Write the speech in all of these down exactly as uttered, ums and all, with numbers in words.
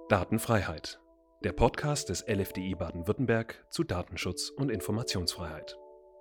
Datenfreiheit, der Podcast des L F D I Baden-Württemberg zu Datenschutz und Informationsfreiheit.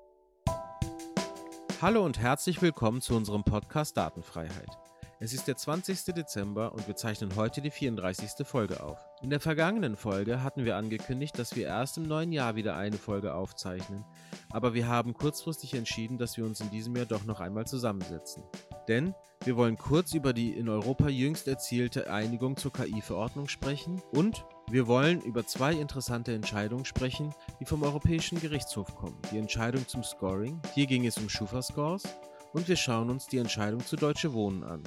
Hallo und herzlich willkommen zu unserem Podcast Datenfreiheit. Es ist der zwanzigste Dezember und wir zeichnen heute die vierunddreißigste Folge auf. In der vergangenen Folge hatten wir angekündigt, dass wir erst im neuen Jahr wieder eine Folge aufzeichnen, aber wir haben kurzfristig entschieden, dass wir uns in diesem Jahr doch noch einmal zusammensetzen. Denn wir wollen kurz über die in Europa jüngst erzielte Einigung zur K I-Verordnung sprechen und wir wollen über zwei interessante Entscheidungen sprechen, die vom Europäischen Gerichtshof kommen. Die Entscheidung zum Scoring, hier ging es um Schufa-Scores, und wir schauen uns die Entscheidung zu Deutsche Wohnen an.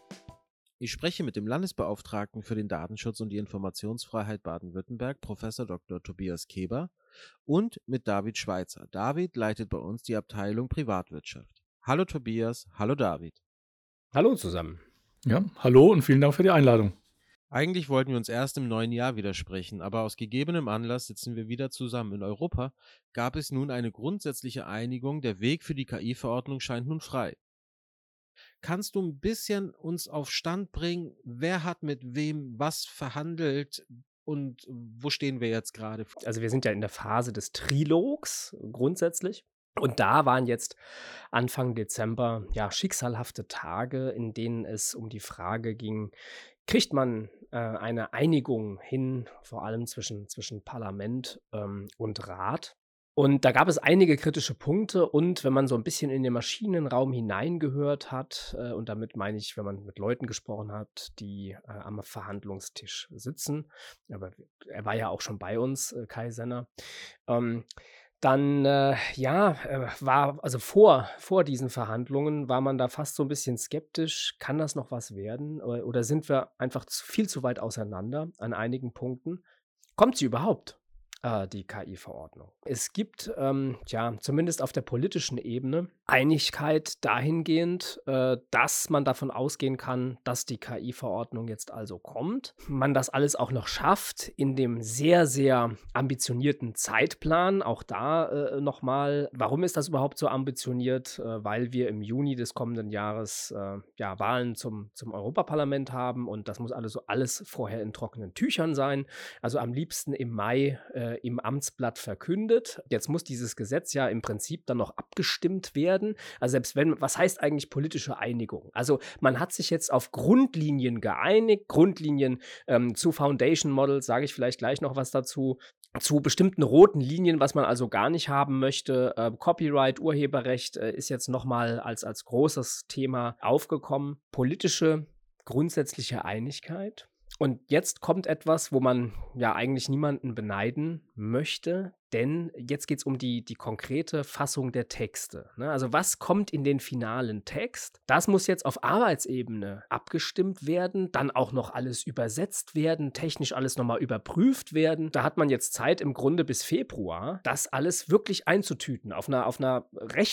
Ich spreche mit dem Landesbeauftragten für den Datenschutz und die Informationsfreiheit Baden-Württemberg, Professor Doktor Tobias Keber, und mit David Schweitzer. David leitet bei uns die Abteilung Privatwirtschaft. Hallo Tobias, hallo David. Hallo zusammen. Ja, hallo und vielen Dank für die Einladung. Eigentlich wollten wir uns erst im neuen Jahr wieder sprechen, aber aus gegebenem Anlass sitzen wir wieder zusammen. In Europa gab es nun eine grundsätzliche Einigung, der Weg für die K I-Verordnung scheint nun frei. Kannst du ein bisschen uns auf Stand bringen, wer hat mit wem was verhandelt und wo stehen wir jetzt gerade? Also wir sind ja in der Phase des Trilogs grundsätzlich. Und da waren jetzt Anfang Dezember ja schicksalhafte Tage, in denen es um die Frage ging, kriegt man äh, eine Einigung hin, vor allem zwischen, zwischen Parlament ähm, und Rat. Und da gab es einige kritische Punkte und wenn man so ein bisschen in den Maschinenraum hineingehört hat, äh, und damit meine ich, wenn man mit Leuten gesprochen hat, die äh, am Verhandlungstisch sitzen, aber er war ja auch schon bei uns, äh, Kai Senner, ähm, dann äh, ja, äh, war also vor, vor diesen Verhandlungen war man da fast so ein bisschen skeptisch, kann das noch was werden oder, oder sind wir einfach zu, viel zu weit auseinander an einigen Punkten? Kommt sie überhaupt? Äh, die K I-Verordnung. Es gibt, ähm, ja, zumindest auf der politischen Ebene Einigkeit dahingehend, äh, dass man davon ausgehen kann, dass die K I-Verordnung jetzt also kommt. Man das alles auch noch schafft in dem sehr, sehr ambitionierten Zeitplan. Auch da äh, nochmal, warum ist das überhaupt so ambitioniert? Äh, weil wir im Juni des kommenden Jahres äh, ja, Wahlen zum, zum Europaparlament haben und das muss alles so alles vorher in trockenen Tüchern sein. Also am liebsten im Mai äh, im Amtsblatt verkündet. Jetzt muss dieses Gesetz ja im Prinzip dann noch abgestimmt werden. Also selbst wenn, was heißt eigentlich politische Einigung? Also man hat sich jetzt auf Grundlinien geeinigt, Grundlinien ähm, zu Foundation Models, sage ich vielleicht gleich noch was dazu, zu bestimmten roten Linien, was man also gar nicht haben möchte. Äh, Copyright, Urheberrecht äh, ist jetzt nochmal als, als großes Thema aufgekommen. Politische grundsätzliche Einigkeit. Und jetzt kommt etwas, wo man ja eigentlich niemanden beneiden möchte, denn jetzt geht es um die, die konkrete Fassung der Texte. Ne? Also was kommt in den finalen Text? Das muss jetzt auf Arbeitsebene abgestimmt werden, dann auch noch alles übersetzt werden, technisch alles nochmal überprüft werden. Da hat man jetzt Zeit im Grunde bis Februar, das alles wirklich einzutüten auf einer, auf einer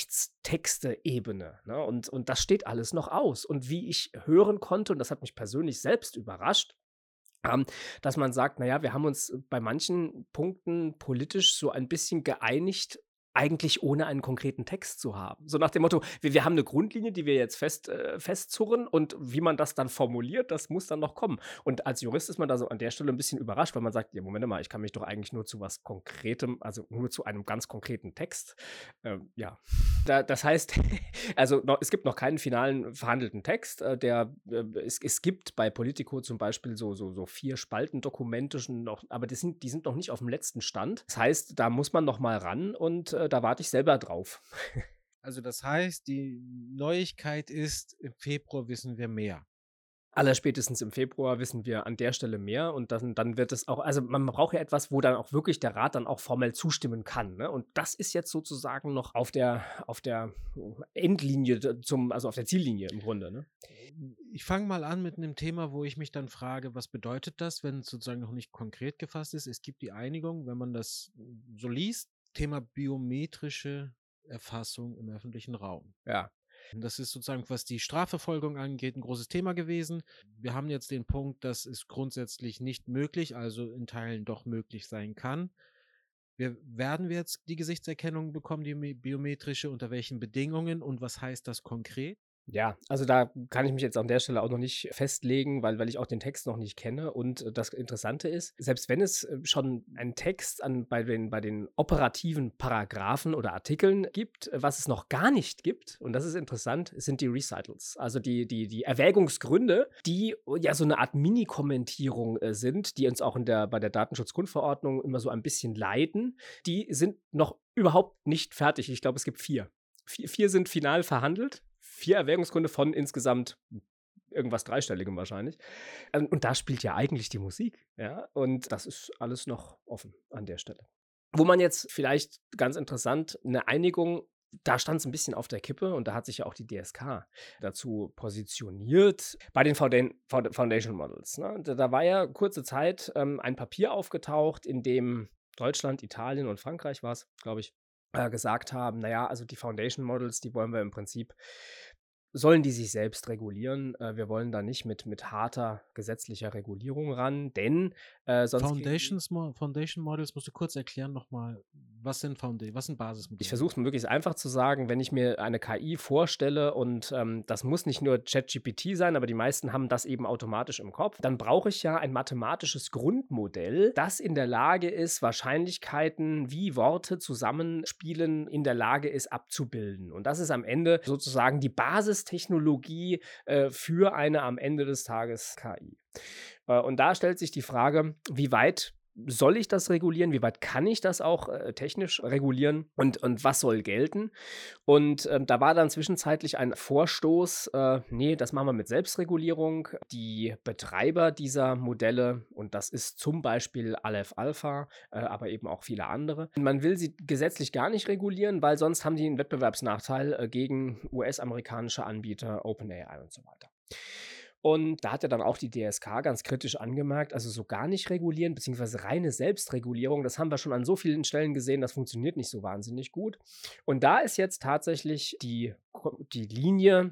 Rechtstexte-Ebene. Ne? Und, und das steht alles noch aus. Und wie ich hören konnte, und das hat mich persönlich selbst überrascht, Ähm, dass man sagt, naja, wir haben uns bei manchen Punkten politisch so ein bisschen geeinigt, eigentlich ohne einen konkreten Text zu haben. So nach dem Motto, wir, wir haben eine Grundlinie, die wir jetzt fest, äh, festzurren und wie man das dann formuliert, das muss dann noch kommen. Und als Jurist ist man da so an der Stelle ein bisschen überrascht, weil man sagt, ja, Moment mal, ich kann mich doch eigentlich nur zu was Konkretem, also nur zu einem ganz konkreten Text, ähm, ja. Da, das heißt, also noch, es gibt noch keinen finalen verhandelten Text. Äh, der, äh, es, es gibt bei Politico zum Beispiel so, so, so vier Spaltendokumente, schon noch, aber die sind, die sind noch nicht auf dem letzten Stand. Das heißt, da muss man noch mal ran und äh, da warte ich selber drauf. Also das heißt, die Neuigkeit ist, im Februar wissen wir mehr. Allerspätestens im Februar wissen wir an der Stelle mehr und dann, dann wird es auch, also man braucht ja etwas, wo dann auch wirklich der Rat dann auch formell zustimmen kann. Ne? Und das ist jetzt sozusagen noch auf der, auf der Endlinie, zum, also auf der Ziellinie im Grunde. Ne? Ich fange mal an mit einem Thema, wo ich mich dann frage, was bedeutet das, wenn es sozusagen noch nicht konkret gefasst ist? Es gibt die Einigung, wenn man das so liest, Thema biometrische Erfassung im öffentlichen Raum. Ja. Das ist sozusagen, was die Strafverfolgung angeht, ein großes Thema gewesen. Wir haben jetzt den Punkt, dass es grundsätzlich nicht möglich, also in Teilen doch möglich sein kann. Wir, werden wir jetzt die Gesichtserkennung bekommen, die biometrische, unter welchen Bedingungen und was heißt das konkret? Ja, also da kann ich mich jetzt an der Stelle auch noch nicht festlegen, weil weil ich auch den Text noch nicht kenne. Und äh, das Interessante ist, selbst wenn es äh, schon einen Text an bei den bei den operativen Paragraphen oder Artikeln gibt, äh, was es noch gar nicht gibt, und das ist interessant, sind die Recitals. Also die die die Erwägungsgründe, die ja so eine Art Mini-Kommentierung äh, sind, die uns auch in der bei der Datenschutzgrundverordnung immer so ein bisschen leiten, die sind noch überhaupt nicht fertig. Ich glaube, es gibt vier. Vier, vier sind final verhandelt. Vier Erwägungsgründe von insgesamt irgendwas Dreistelligem wahrscheinlich. Ähm, Und da spielt ja eigentlich die Musik. Ja? Und das ist alles noch offen an der Stelle. Wo man jetzt vielleicht ganz interessant eine Einigung, da stand es ein bisschen auf der Kippe und da hat sich ja auch die D S K dazu positioniert bei den Founda- Founda- Foundation Models. Ne? Da, da war ja kurze Zeit ähm, ein Papier aufgetaucht, in dem Deutschland, Italien und Frankreich war es, glaube ich, äh, gesagt haben, naja, also die Foundation Models, die wollen wir im Prinzip, sollen die sich selbst regulieren. Äh, wir wollen da nicht mit, mit harter gesetzlicher Regulierung ran, denn äh, sonst kriegen die- Foundations, Mo- Foundation Models, musst du kurz erklären nochmal, was sind Founda- was sind Basismodelle? Ich versuche es möglichst einfach zu sagen, wenn ich mir eine K I vorstelle und ähm, das muss nicht nur ChatGPT sein, aber die meisten haben das eben automatisch im Kopf, dann brauche ich ja ein mathematisches Grundmodell, das in der Lage ist, Wahrscheinlichkeiten, wie Worte zusammenspielen, in der Lage ist abzubilden. Und das ist am Ende sozusagen die Basistechnologie äh, für eine am Ende des Tages K I. Äh, und da stellt sich die Frage, wie weit soll ich das regulieren? Wie weit kann ich das auch äh, technisch regulieren? Und, und was soll gelten? Und ähm, da war dann zwischenzeitlich ein Vorstoß, äh, nee, das machen wir mit Selbstregulierung. Die Betreiber dieser Modelle, und das ist zum Beispiel Aleph Alpha, äh, aber eben auch viele andere, man will sie gesetzlich gar nicht regulieren, weil sonst haben die einen Wettbewerbsnachteil äh, gegen U S-amerikanische Anbieter, OpenAI und so weiter. Und da hat ja dann auch die D S K ganz kritisch angemerkt, also so gar nicht regulieren, beziehungsweise reine Selbstregulierung, das haben wir schon an so vielen Stellen gesehen, das funktioniert nicht so wahnsinnig gut. Und da ist jetzt tatsächlich die, Ko- die Linie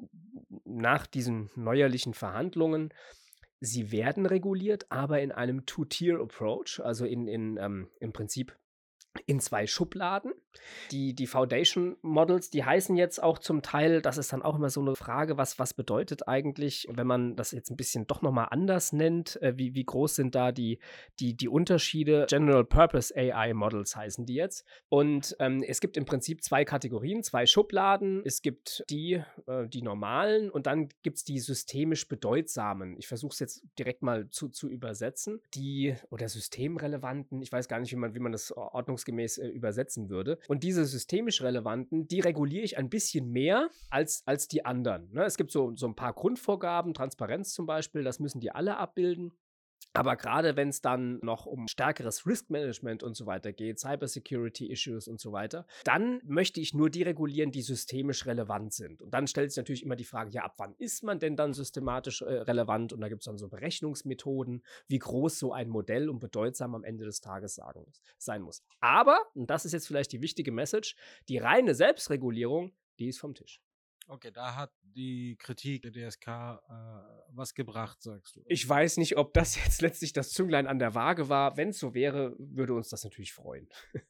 nach diesen neuerlichen Verhandlungen, sie werden reguliert, aber in einem Two-Tier-Approach, also in, in ähm, im Prinzip in zwei Schubladen. Die, die Foundation Models, die heißen jetzt auch zum Teil, das ist dann auch immer so eine Frage, was, was bedeutet eigentlich, wenn man das jetzt ein bisschen doch nochmal anders nennt, äh, wie, wie groß sind da die, die, die Unterschiede? General Purpose A I Models heißen die jetzt. Und ähm, es gibt im Prinzip zwei Kategorien, zwei Schubladen. Es gibt die, äh, die normalen und dann gibt es die systemisch bedeutsamen. Ich versuche es jetzt direkt mal zu, zu übersetzen. Die oder systemrelevanten, ich weiß gar nicht, wie man, wie man das ordnungsgemäß äh, übersetzen würde. Und diese systemisch relevanten, die reguliere ich ein bisschen mehr als, als die anderen. Ne? Es gibt so, so ein paar Grundvorgaben, Transparenz zum Beispiel, das müssen die alle abbilden. Aber gerade wenn es dann noch um stärkeres Risk-Management und so weiter geht, Cybersecurity-Issues und so weiter, dann möchte ich nur die regulieren, die systemisch relevant sind. Und dann stellt sich natürlich immer die Frage, ja, ab wann ist man denn dann systematisch äh, relevant? Und da gibt es dann so Berechnungsmethoden, wie groß so ein Modell und bedeutsam am Ende des Tages sagen muss, sein muss. Aber, und das ist jetzt vielleicht die wichtige Message, die reine Selbstregulierung, die ist vom Tisch. Okay, da hat die Kritik der D S K äh, was gebracht, sagst du. Ich weiß nicht, ob das jetzt letztlich das Zünglein an der Waage war. Wenn es so wäre, würde uns das natürlich freuen.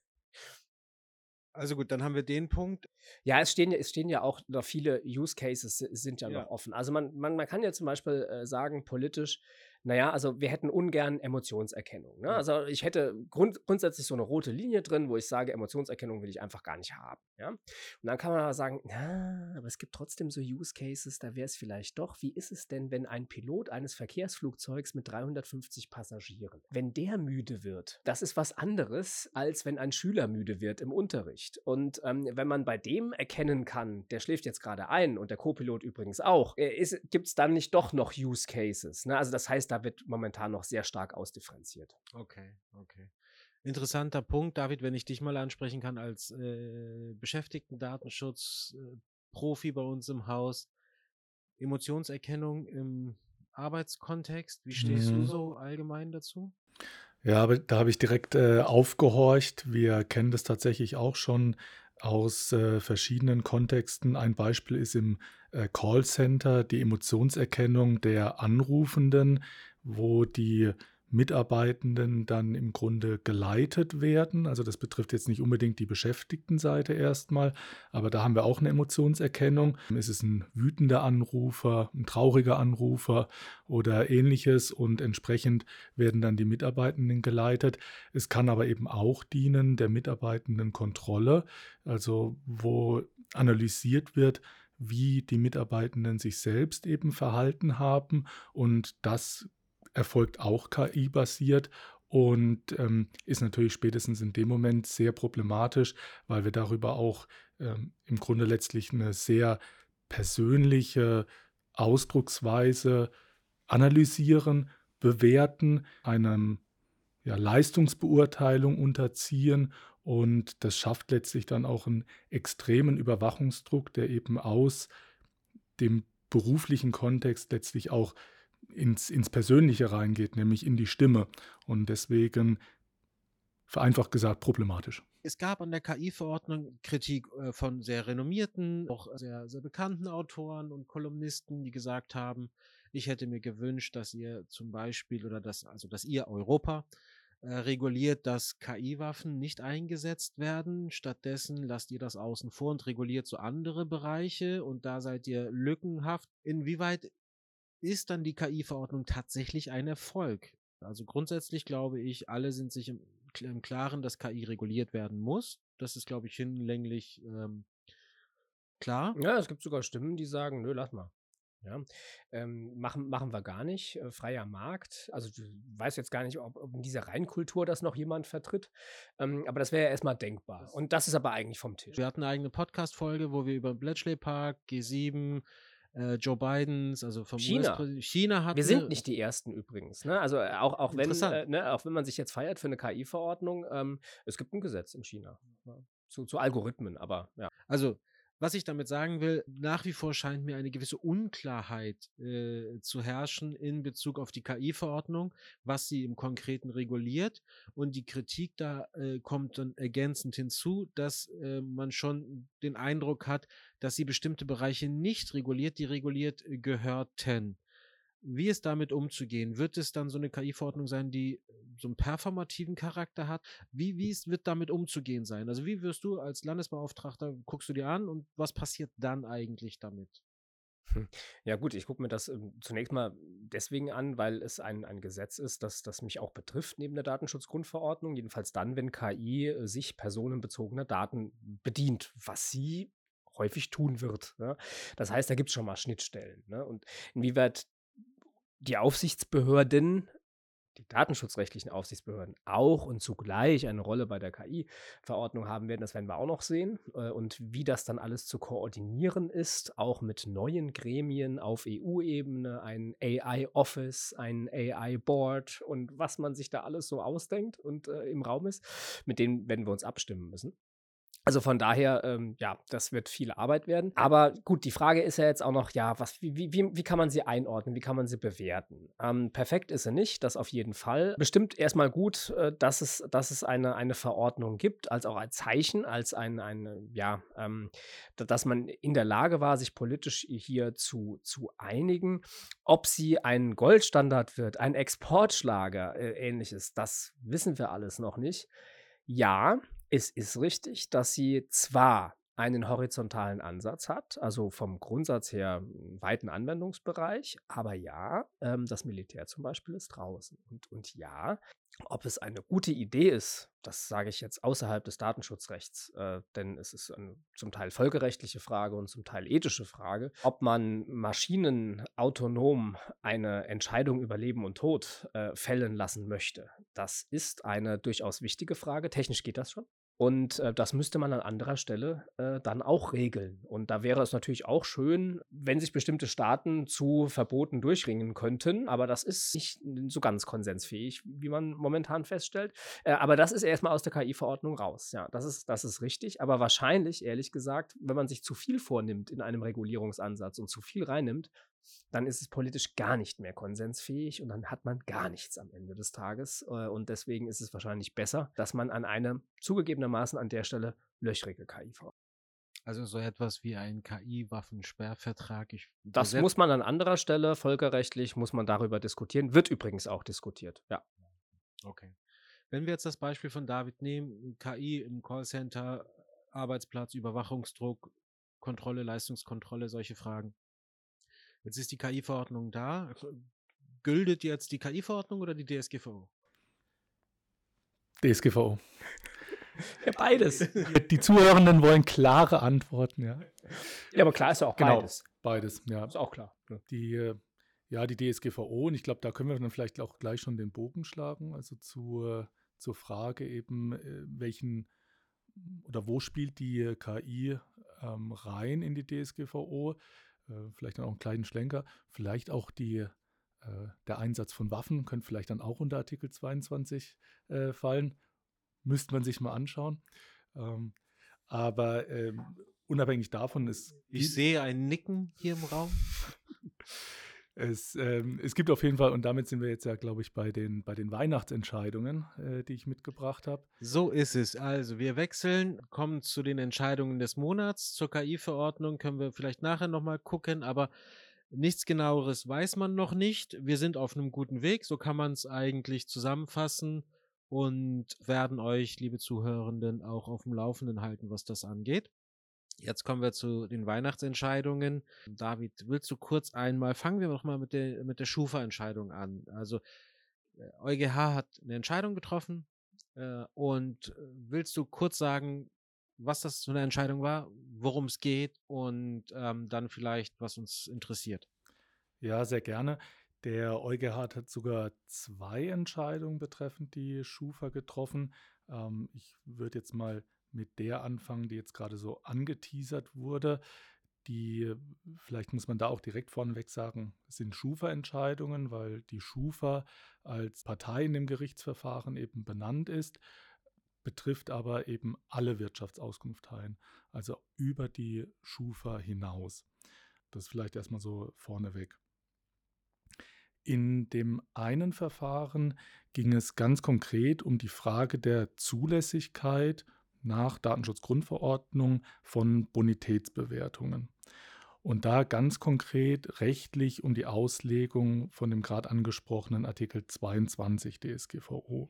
Also gut, dann haben wir den Punkt. Ja, es stehen, ja- es stehen ja auch noch viele Use Cases si- sind ja, Ja. noch offen. Also man, man, man kann ja zum Beispiel äh, sagen, politisch, naja, also wir hätten ungern Emotionserkennung. Ne? Ja. Also ich hätte grund, grundsätzlich so eine rote Linie drin, wo ich sage, Emotionserkennung will ich einfach gar nicht haben. Ja? Und dann kann man aber sagen, na, aber es gibt trotzdem so Use Cases, da wäre es vielleicht doch, wie ist es denn, wenn ein Pilot eines Verkehrsflugzeugs mit dreihundertfünfzig Passagieren, wenn der müde wird, das ist was anderes, als wenn ein Schüler müde wird im Unterricht. Und ähm, wenn man bei dem erkennen kann, der schläft jetzt gerade ein und der Co-Pilot übrigens auch, äh, gibt es dann nicht doch noch Use Cases. Ne? Also das heißt, da wird momentan noch sehr stark ausdifferenziert. Okay, okay. Interessanter Punkt, David, wenn ich dich mal ansprechen kann als äh, beschäftigten Datenschutz-Profi bei uns im Haus. Emotionserkennung im Arbeitskontext, wie stehst du Mhm. so allgemein dazu? Ja, aber da habe ich direkt äh, aufgehorcht. Wir kennen das tatsächlich auch schon aus äh, verschiedenen Kontexten. Ein Beispiel ist im äh, Callcenter die Emotionserkennung der Anrufenden, wo die Mitarbeitenden dann im Grunde geleitet werden. Also das betrifft jetzt nicht unbedingt die Beschäftigtenseite erstmal, aber da haben wir auch eine Emotionserkennung. Ist es ein wütender Anrufer, ein trauriger Anrufer oder ähnliches, und entsprechend werden dann die Mitarbeitenden geleitet. Es kann aber eben auch dienen der Mitarbeitendenkontrolle, also wo analysiert wird, wie die Mitarbeitenden sich selbst eben verhalten haben, und das erfolgt auch K I-basiert und ähm, ist natürlich spätestens in dem Moment sehr problematisch, weil wir darüber auch ähm, im Grunde letztlich eine sehr persönliche Ausdrucksweise analysieren, bewerten, einem ja, Leistungsbeurteilung unterziehen, und das schafft letztlich dann auch einen extremen Überwachungsdruck, der eben aus dem beruflichen Kontext letztlich auch ins, ins Persönliche reingeht, nämlich in die Stimme, und deswegen vereinfacht gesagt problematisch. Es gab an der K I-Verordnung Kritik äh, von sehr renommierten, auch sehr, sehr bekannten Autoren und Kolumnisten, die gesagt haben, ich hätte mir gewünscht, dass ihr zum Beispiel oder dass, also dass ihr Europa äh, reguliert, dass K I-Waffen nicht eingesetzt werden. Stattdessen lasst ihr das außen vor und reguliert so andere Bereiche, und da seid ihr lückenhaft. Inwieweit ist dann die K I-Verordnung tatsächlich ein Erfolg? Also grundsätzlich glaube ich, alle sind sich im, im Klaren, dass K I reguliert werden muss. Das ist, glaube ich, hinlänglich ähm, klar. Ja, es gibt sogar Stimmen, die sagen, nö, lass mal. Ja, ähm, machen, machen wir gar nicht. Äh, freier Markt. Also du weißt jetzt gar nicht, ob, ob in dieser Reinkultur das noch jemand vertritt. Ähm, aber das wäre ja erstmal denkbar. Und das ist aber eigentlich vom Tisch. Wir hatten eine eigene Podcast-Folge, wo wir über Bletchley Park, G sieben, äh, Joe Bidens, also vom China. U S-Präsidenten, China hatten Wir sind nicht die Ersten übrigens. Ne? Also äh, auch, auch, wenn, Interessant. äh, ne, auch wenn man sich jetzt feiert für eine K I-Verordnung, ähm, es gibt ein Gesetz in China. Ja. Zu, zu Algorithmen, aber ja. Also, was ich damit sagen will, nach wie vor scheint mir eine gewisse Unklarheit äh, zu herrschen in Bezug auf die K I-Verordnung, was sie im Konkreten reguliert. Und die Kritik da äh, kommt dann ergänzend hinzu, dass äh, man schon den Eindruck hat, dass sie bestimmte Bereiche nicht reguliert, die reguliert äh, gehörten. Wie ist damit umzugehen? Wird es dann so eine K I-Verordnung sein, die so einen performativen Charakter hat? Wie, wie es wird damit umzugehen sein? Also wie wirst du als Landesbeauftragter, guckst du dir an, und was passiert dann eigentlich damit? Hm. Ja gut, ich gucke mir das ähm, zunächst mal deswegen an, weil es ein, ein Gesetz ist, das, das mich auch betrifft neben der Datenschutzgrundverordnung. Jedenfalls dann, wenn K I äh, sich personenbezogener Daten bedient, was sie häufig tun wird. Ne? Das heißt, da gibt es schon mal Schnittstellen. Ne? Und inwieweit die Aufsichtsbehörden, die datenschutzrechtlichen Aufsichtsbehörden auch und zugleich eine Rolle bei der K I-Verordnung haben werden, das werden wir auch noch sehen. Äh, Und wie das dann alles zu koordinieren ist, auch mit neuen Gremien auf E U-Ebene, ein A I-Office, ein A I-Board und was man sich da alles so ausdenkt und äh, im Raum ist, mit denen werden wir uns abstimmen müssen. Also von daher, ähm, ja, das wird viel Arbeit werden. Aber gut, die Frage ist ja jetzt auch noch, ja, was, wie, wie, wie wie kann man sie einordnen? Wie kann man sie bewerten? Ähm, perfekt ist sie nicht, das auf jeden Fall. Bestimmt erstmal gut, äh, dass es, dass es eine, eine Verordnung gibt, als auch ein Zeichen, als ein, eine, ja, ähm, da- dass man in der Lage war, sich politisch hier zu, zu einigen. Ob sie ein Goldstandard wird, ein Exportschlager, äh, ähnliches, das wissen wir alles noch nicht. Ja, es ist richtig, dass sie zwar einen horizontalen Ansatz hat, also vom Grundsatz her einen weiten Anwendungsbereich, aber ja, ähm, das Militär zum Beispiel ist draußen. Und, und ja, ob es eine gute Idee ist, das sage ich jetzt außerhalb des Datenschutzrechts, äh, denn es ist eine zum Teil völkerrechtliche Frage und zum Teil ethische Frage, ob man Maschinen autonom eine Entscheidung über Leben und Tod äh, fällen lassen möchte. Das ist eine durchaus wichtige Frage. Technisch geht das schon. Und äh, das müsste man an anderer Stelle äh, dann auch regeln. Und da wäre es natürlich auch schön, wenn sich bestimmte Staaten zu Verboten durchringen könnten. Aber das ist nicht so ganz konsensfähig, wie man momentan feststellt. Äh, aber das ist erstmal aus der K I-Verordnung raus. Ja, das ist, das ist richtig. Aber wahrscheinlich, ehrlich gesagt, wenn man sich zu viel vornimmt in einem Regulierungsansatz und zu viel reinnimmt, dann ist es politisch gar nicht mehr konsensfähig und dann hat man gar nichts am Ende des Tages. äh, Und deswegen ist es wahrscheinlich besser, dass man an eine zugegebenermaßen an der Stelle löchrige K I verordnet. Also so etwas wie ein K I-Waffensperrvertrag. Ich Das Gesetz- muss man an anderer Stelle, völkerrechtlich, muss man darüber diskutieren. Wird übrigens auch diskutiert, ja. Okay. Wenn wir jetzt das Beispiel von David nehmen, K I im Callcenter, Arbeitsplatz, Überwachungsdruck, Kontrolle, Leistungskontrolle, solche Fragen. Jetzt ist die K I-Verordnung da. Gültet jetzt die K I-Verordnung oder die D S G V O? D S G V O. Ja, beides. Die Zuhörenden wollen klare Antworten, ja. Ja, aber klar ist ja auch Genau, beides. beides, ja. Ist auch klar. Ne? Die, äh, ja, die D S G V O, und ich glaube, da können wir dann vielleicht auch gleich schon den Bogen schlagen, also zur, zur Frage eben, äh, welchen oder wo spielt die K I ähm, rein in die D S G V O, äh, vielleicht dann auch einen kleinen Schlenker, vielleicht auch die, äh, der Einsatz von Waffen könnte vielleicht dann auch unter Artikel zweiundzwanzig äh, fallen, müsste man sich mal anschauen, ähm, aber ähm, unabhängig davon ist... Ich sehe ein Nicken hier im Raum. Es, ähm, es gibt auf jeden Fall, und damit sind wir jetzt ja, glaube ich, bei den, bei den Weihnachtsentscheidungen, äh, die ich mitgebracht habe. So ist es. Also wir wechseln, kommen zu den Entscheidungen des Monats. Zur K I-Verordnung können wir vielleicht nachher nochmal gucken, aber nichts Genaueres weiß man noch nicht. Wir sind auf einem guten Weg, so kann man es eigentlich zusammenfassen und werden euch, liebe Zuhörenden, auch auf dem Laufenden halten, was das angeht. Jetzt kommen wir zu den Weihnachtsentscheidungen. David, willst du kurz einmal, fangen wir doch mal mit der, mit der Schufa-Entscheidung an. Also äh, EuGH hat eine Entscheidung getroffen äh, und äh, willst du kurz sagen, was das für eine Entscheidung war, worum es geht und ähm, dann vielleicht, was uns interessiert? Ja, sehr gerne. Der EuGH hat sogar zwei Entscheidungen betreffend die Schufa getroffen. Ähm, ich würde jetzt mal mit der anfangen, die jetzt gerade so angeteasert wurde. Die, vielleicht muss man da auch direkt vorneweg sagen, sind Schufa-Entscheidungen, weil die Schufa als Partei in dem Gerichtsverfahren eben benannt ist, betrifft aber eben alle Wirtschaftsauskunfteien, also über die Schufa hinaus. Das vielleicht erstmal so vorneweg. In dem einen Verfahren ging es ganz konkret um die Frage der Zulässigkeit nach Datenschutzgrundverordnung von Bonitätsbewertungen. Und da ganz konkret rechtlich um die Auslegung von dem gerade angesprochenen Artikel zweiundzwanzig D S G V O.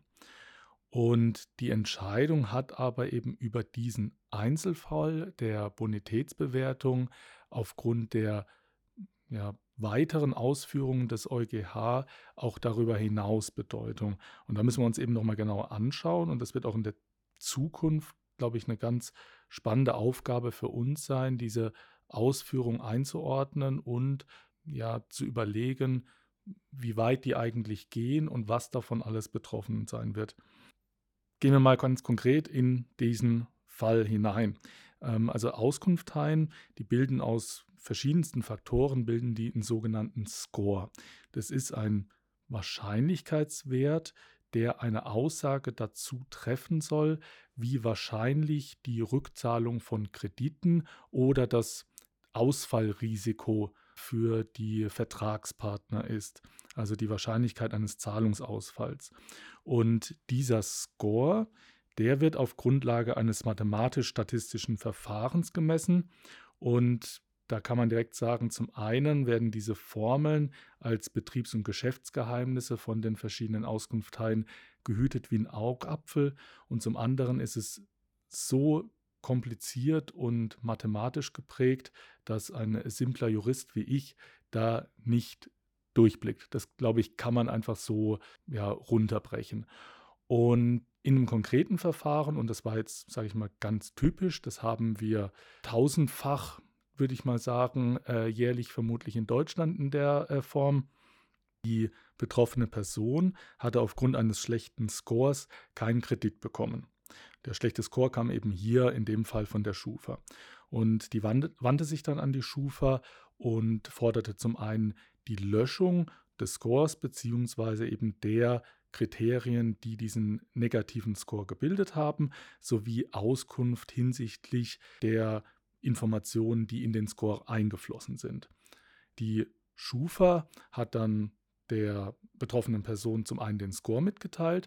Und die Entscheidung hat aber eben über diesen Einzelfall der Bonitätsbewertung aufgrund der ja, weiteren Ausführungen des EuGH auch darüber hinaus Bedeutung. Und da müssen wir uns eben nochmal genauer anschauen. Und das wird auch in der Zukunft, glaube ich, eine ganz spannende Aufgabe für uns sein, diese Ausführung einzuordnen und ja, zu überlegen, wie weit die eigentlich gehen und was davon alles betroffen sein wird. Gehen wir mal ganz konkret in diesen Fall hinein. Ähm, also Auskunfteien, die bilden aus verschiedensten Faktoren, bilden die einen sogenannten Score. Das ist ein Wahrscheinlichkeitswert, der eine Aussage dazu treffen soll, wie wahrscheinlich die Rückzahlung von Krediten oder das Ausfallrisiko für die Vertragspartner ist, also die Wahrscheinlichkeit eines Zahlungsausfalls. Und dieser Score, der wird auf Grundlage eines mathematisch-statistischen Verfahrens gemessen und da kann man direkt sagen, zum einen werden diese Formeln als Betriebs- und Geschäftsgeheimnisse von den verschiedenen Auskunfteien gehütet wie ein Augapfel und zum anderen ist es so kompliziert und mathematisch geprägt, dass ein simpler Jurist wie ich da nicht durchblickt. Das, glaube ich, kann man einfach so ja, runterbrechen. Und in einem konkreten Verfahren, und das war jetzt, sage ich mal, ganz typisch, das haben wir tausendfach, würde ich mal sagen, äh, jährlich vermutlich in Deutschland in der äh, Form. Die betroffene Person hatte aufgrund eines schlechten Scores keinen Kredit bekommen. Der schlechte Score kam eben hier in dem Fall von der Schufa. Und die wandte, wandte sich dann an die Schufa und forderte zum einen die Löschung des Scores beziehungsweise eben der Kriterien, die diesen negativen Score gebildet haben, sowie Auskunft hinsichtlich der Informationen, die in den Score eingeflossen sind. Die Schufa hat dann der betroffenen Person zum einen den Score mitgeteilt,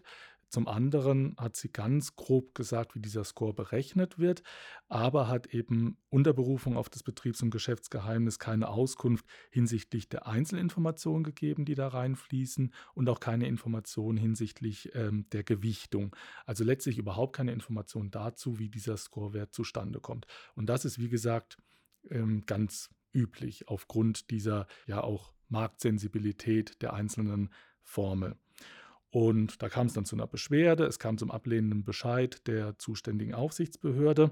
Zum anderen hat sie ganz grob gesagt, wie dieser Score berechnet wird, aber hat eben unter Berufung auf das Betriebs- und Geschäftsgeheimnis keine Auskunft hinsichtlich der Einzelinformationen gegeben, die da reinfließen, und auch keine Informationen hinsichtlich ähm, der Gewichtung. Also letztlich überhaupt keine Information dazu, wie dieser Scorewert zustande kommt. Und das ist, wie gesagt, ähm, ganz üblich aufgrund dieser ja auch Marktsensibilität der einzelnen Formel. Und da kam es dann zu einer Beschwerde, es kam zum ablehnenden Bescheid der zuständigen Aufsichtsbehörde,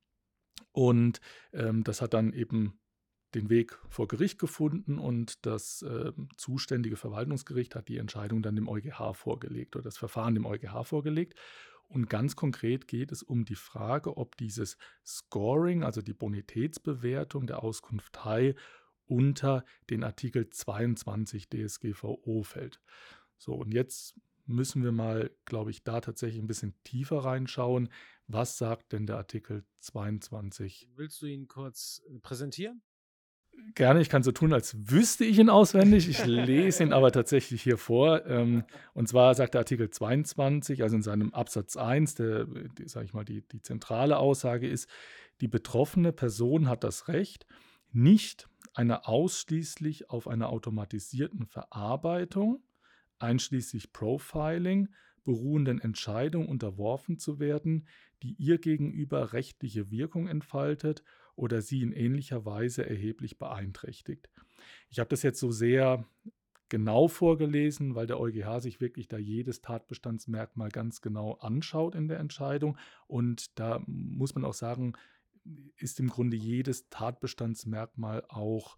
und ähm, das hat dann eben den Weg vor Gericht gefunden, und das äh, zuständige Verwaltungsgericht hat die Entscheidung dann dem EuGH vorgelegt oder das Verfahren dem EuGH vorgelegt. Und ganz konkret geht es um die Frage, ob dieses Scoring, also die Bonitätsbewertung der Auskunftei, unter den Artikel zweiundzwanzig D S G V O fällt. So, und jetzt müssen wir mal, glaube ich, da tatsächlich ein bisschen tiefer reinschauen. Was sagt denn der Artikel zweiundzwanzig? Willst du ihn kurz äh, präsentieren? Gerne, ich kann so tun, als wüsste ich ihn auswendig. Ich lese ihn aber tatsächlich hier vor. Ähm, und zwar sagt der Artikel zweiundzwanzig, also in seinem Absatz eins, der, die, sag ich mal, die, die zentrale Aussage ist, die betroffene Person hat das Recht, nicht einer ausschließlich auf einer automatisierten Verarbeitung, einschließlich Profiling, beruhenden Entscheidung unterworfen zu werden, die ihr gegenüber rechtliche Wirkung entfaltet oder sie in ähnlicher Weise erheblich beeinträchtigt. Ich habe das jetzt so sehr genau vorgelesen, weil der EuGH sich wirklich da jedes Tatbestandsmerkmal ganz genau anschaut in der Entscheidung. Und da muss man auch sagen, ist im Grunde jedes Tatbestandsmerkmal auch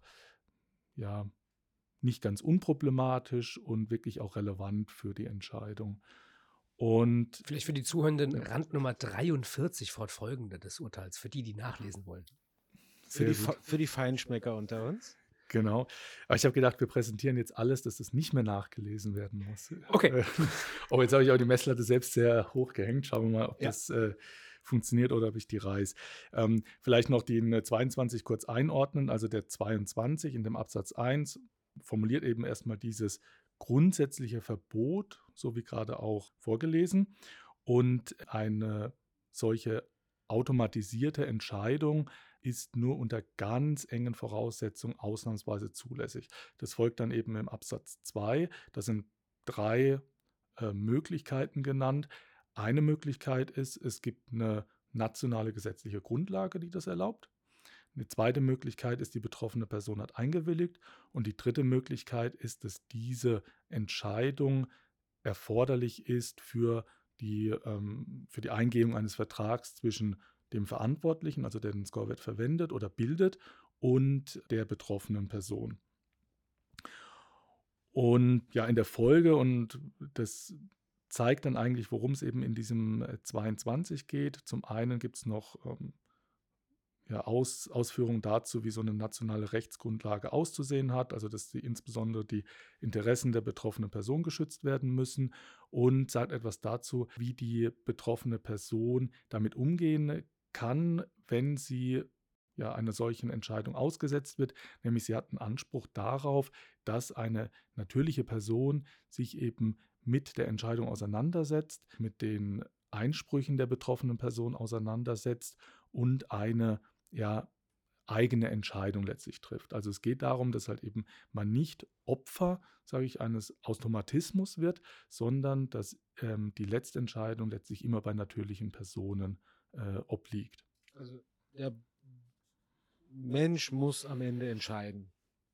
ja, nicht ganz unproblematisch und wirklich auch relevant für die Entscheidung. Und Vielleicht für die Zuhörenden Randnummer dreiundvierzig fortfolgende des Urteils, für die, die nachlesen wollen. Für die, für die Feinschmecker unter uns. Genau. Aber ich habe gedacht, wir präsentieren jetzt alles, dass das nicht mehr nachgelesen werden muss. Okay. Oh, jetzt habe ich auch die Messlatte selbst sehr hoch gehängt. Schauen wir mal, ob Ja. das äh, funktioniert oder ob ich die reiß. Ähm, vielleicht noch den zweiundzwanzig kurz einordnen. Also der zweiundzwanzig in dem Absatz eins formuliert eben erstmal dieses grundsätzliche Verbot, so wie gerade auch vorgelesen. Und eine solche automatisierte Entscheidung ist nur unter ganz engen Voraussetzungen ausnahmsweise zulässig. Das folgt dann eben im Absatz zwei. Das sind drei äh, Möglichkeiten genannt. Eine Möglichkeit ist, es gibt eine nationale gesetzliche Grundlage, die das erlaubt. Eine zweite Möglichkeit ist, die betroffene Person hat eingewilligt. Und die dritte Möglichkeit ist, dass diese Entscheidung erforderlich ist für die, ähm, für die Eingehung eines Vertrags zwischen dem Verantwortlichen, also der den Scorewert verwendet oder bildet, und der betroffenen Person. Und ja, in der Folge, und das zeigt dann eigentlich, worum es eben in diesem zweiundzwanzig geht. Zum einen gibt es noch ähm, ja, Aus, Ausführungen dazu, wie so eine nationale Rechtsgrundlage auszusehen hat, also dass die, insbesondere die Interessen der betroffenen Person geschützt werden müssen, und sagt etwas dazu, wie die betroffene Person damit umgehen kann, wenn sie ja einer solchen Entscheidung ausgesetzt wird, nämlich sie hat einen Anspruch darauf, dass eine natürliche Person sich eben mit der Entscheidung auseinandersetzt, mit den Einsprüchen der betroffenen Person auseinandersetzt und eine ja, eigene Entscheidung letztlich trifft. Also es geht darum, dass halt eben man nicht Opfer, sage ich, eines Automatismus wird, sondern dass ähm, die letzte Entscheidung letztlich immer bei natürlichen Personen äh, obliegt. Also der Mensch muss am Ende entscheiden.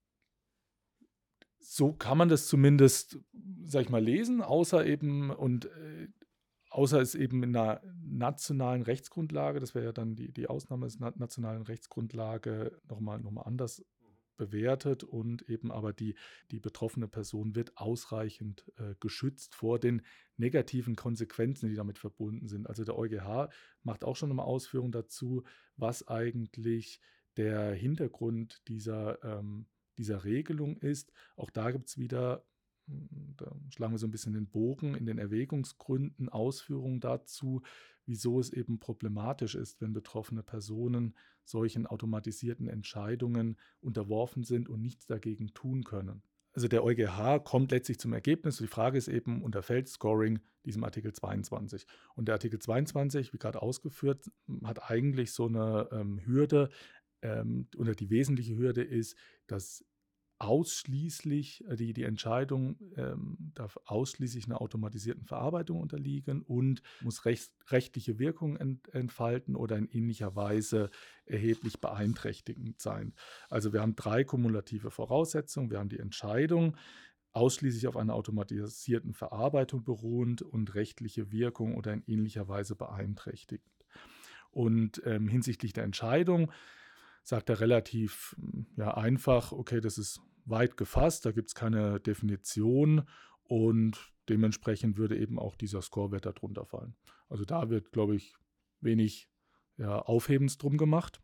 So kann man das zumindest, sag ich mal, lesen, außer eben und äh, außer es eben in einer nationalen Rechtsgrundlage, das wäre ja dann die, die Ausnahme des na- nationalen Rechtsgrundlage nochmal noch mal anders bewertet, und eben aber die, die betroffene Person wird ausreichend äh, geschützt vor den negativen Konsequenzen, die damit verbunden sind. Also der EuGH macht auch schon eine Ausführung dazu, was eigentlich der Hintergrund dieser, ähm, dieser Regelung ist. Auch da gibt es wieder, da schlagen wir so ein bisschen den Bogen in den Erwägungsgründen, Ausführungen dazu, wieso es eben problematisch ist, wenn betroffene Personen solchen automatisierten Entscheidungen unterworfen sind und nichts dagegen tun können. Also der EuGH kommt letztlich zum Ergebnis. Die Frage ist eben, unterfällt Scoring diesem Artikel zweiundzwanzig? Und der Artikel zweiundzwanzig, wie gerade ausgeführt, hat eigentlich so eine ähm, Hürde, ähm, oder die wesentliche Hürde ist, dass ausschließlich äh, die, die Entscheidung ähm, darf ausschließlich einer automatisierten Verarbeitung unterliegen und muss recht, rechtliche Wirkung ent, entfalten oder in ähnlicher Weise erheblich beeinträchtigend sein. Also wir haben drei kumulative Voraussetzungen. Wir haben die Entscheidung, ausschließlich auf einer automatisierten Verarbeitung beruhend und rechtliche Wirkung oder in ähnlicher Weise beeinträchtigend. Und ähm, hinsichtlich der Entscheidung sagt er relativ ja, einfach, okay, das ist weit gefasst, da gibt es keine Definition und dementsprechend würde eben auch dieser Scorewert darunter fallen. Also da wird, glaube ich, wenig ja, Aufhebens drum gemacht.